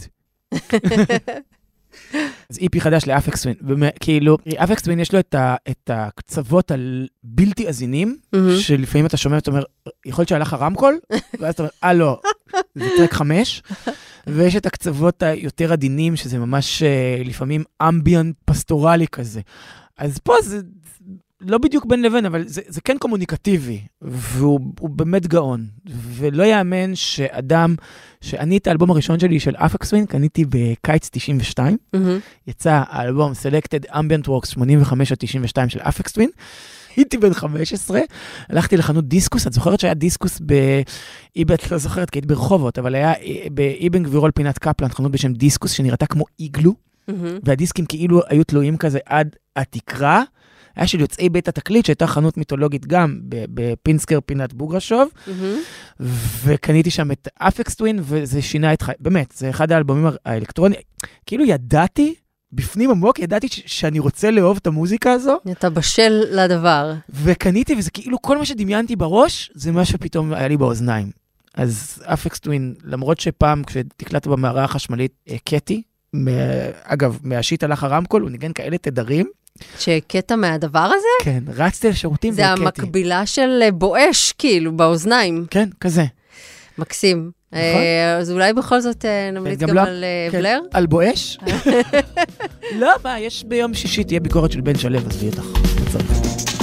Speaker 2: אז איפי חדש לאפקס טווין, וכאילו, אפקס טווין יש לו את הקצוות הבלתי עזינים, שלפעמים אתה שומע, אתה אומר, יכול להיות שהלך הרמקול, ואז אתה אומר, אה לא, זה טרק חמש, ויש את הקצוות היותר עדינים, שזה ממש לפעמים אמביאנט פסטורלי כזה. אז פה זה לא בדיוק בין לבין, אבל זה, זה כן קומוניקטיבי, והוא באמת גאון, ולא יאמן שאדם, שאני את האלבום הראשון שלי של אפקס טווין, קניתי בקיץ תשעים ושתיים, mm-hmm. יצא האלבום Selected Ambient Works שמונים וחמש עד תשעים ושתיים של אפקס טווין, הייתי בן חמש עשרה, הלכתי לחנות דיסקוס, את זוכרת שהיה דיסקוס באיבט, לא זוכרת, כי הייתי ברחובות, אבל היה באיבן גבירול פינת קפלן, חנות בשם דיסקוס, שנראתה כמו איגלו, mm-hmm. והדיסקים כאילו היו תלויים כזה עד התקרה, היה של יוצאי בית התקליט, שהייתה חנות מיתולוגית גם בפינסקר פינת בוגרשוב, mm-hmm. וקניתי שם את אפקס טווין, וזה שינה את חי... באמת, זה אחד האלבומים האלקטרוניים. כאילו ידעתי, בפנים עמוק, ידעתי ש- שאני רוצה לאהוב את המוזיקה הזו.
Speaker 3: אתה בשל לדבר.
Speaker 2: וקניתי, וזה כאילו כל מה שדמיינתי בראש, זה מה שפתאום היה לי באוזניים. אז אפקס טווין, למרות שפעם, כשתקלט במערה החשמלית, קטי, אגב, מהשיט הלך הרמקול, הוא ניגן כאלה תדרים,
Speaker 3: שקטע מהדבר הזה?
Speaker 2: כן, רצתי לשירותים
Speaker 3: זה
Speaker 2: והקטי.
Speaker 3: המקבילה של בואש, כאילו, באוזניים.
Speaker 2: כן, כזה.
Speaker 3: מקסים.
Speaker 2: נכון.
Speaker 3: אז אולי בכל זאת נמליץ גם על בלר?
Speaker 2: על בואש? לא, מה, יש ביום שישי, תהיה ביקורת של בן שלב, אז בטח.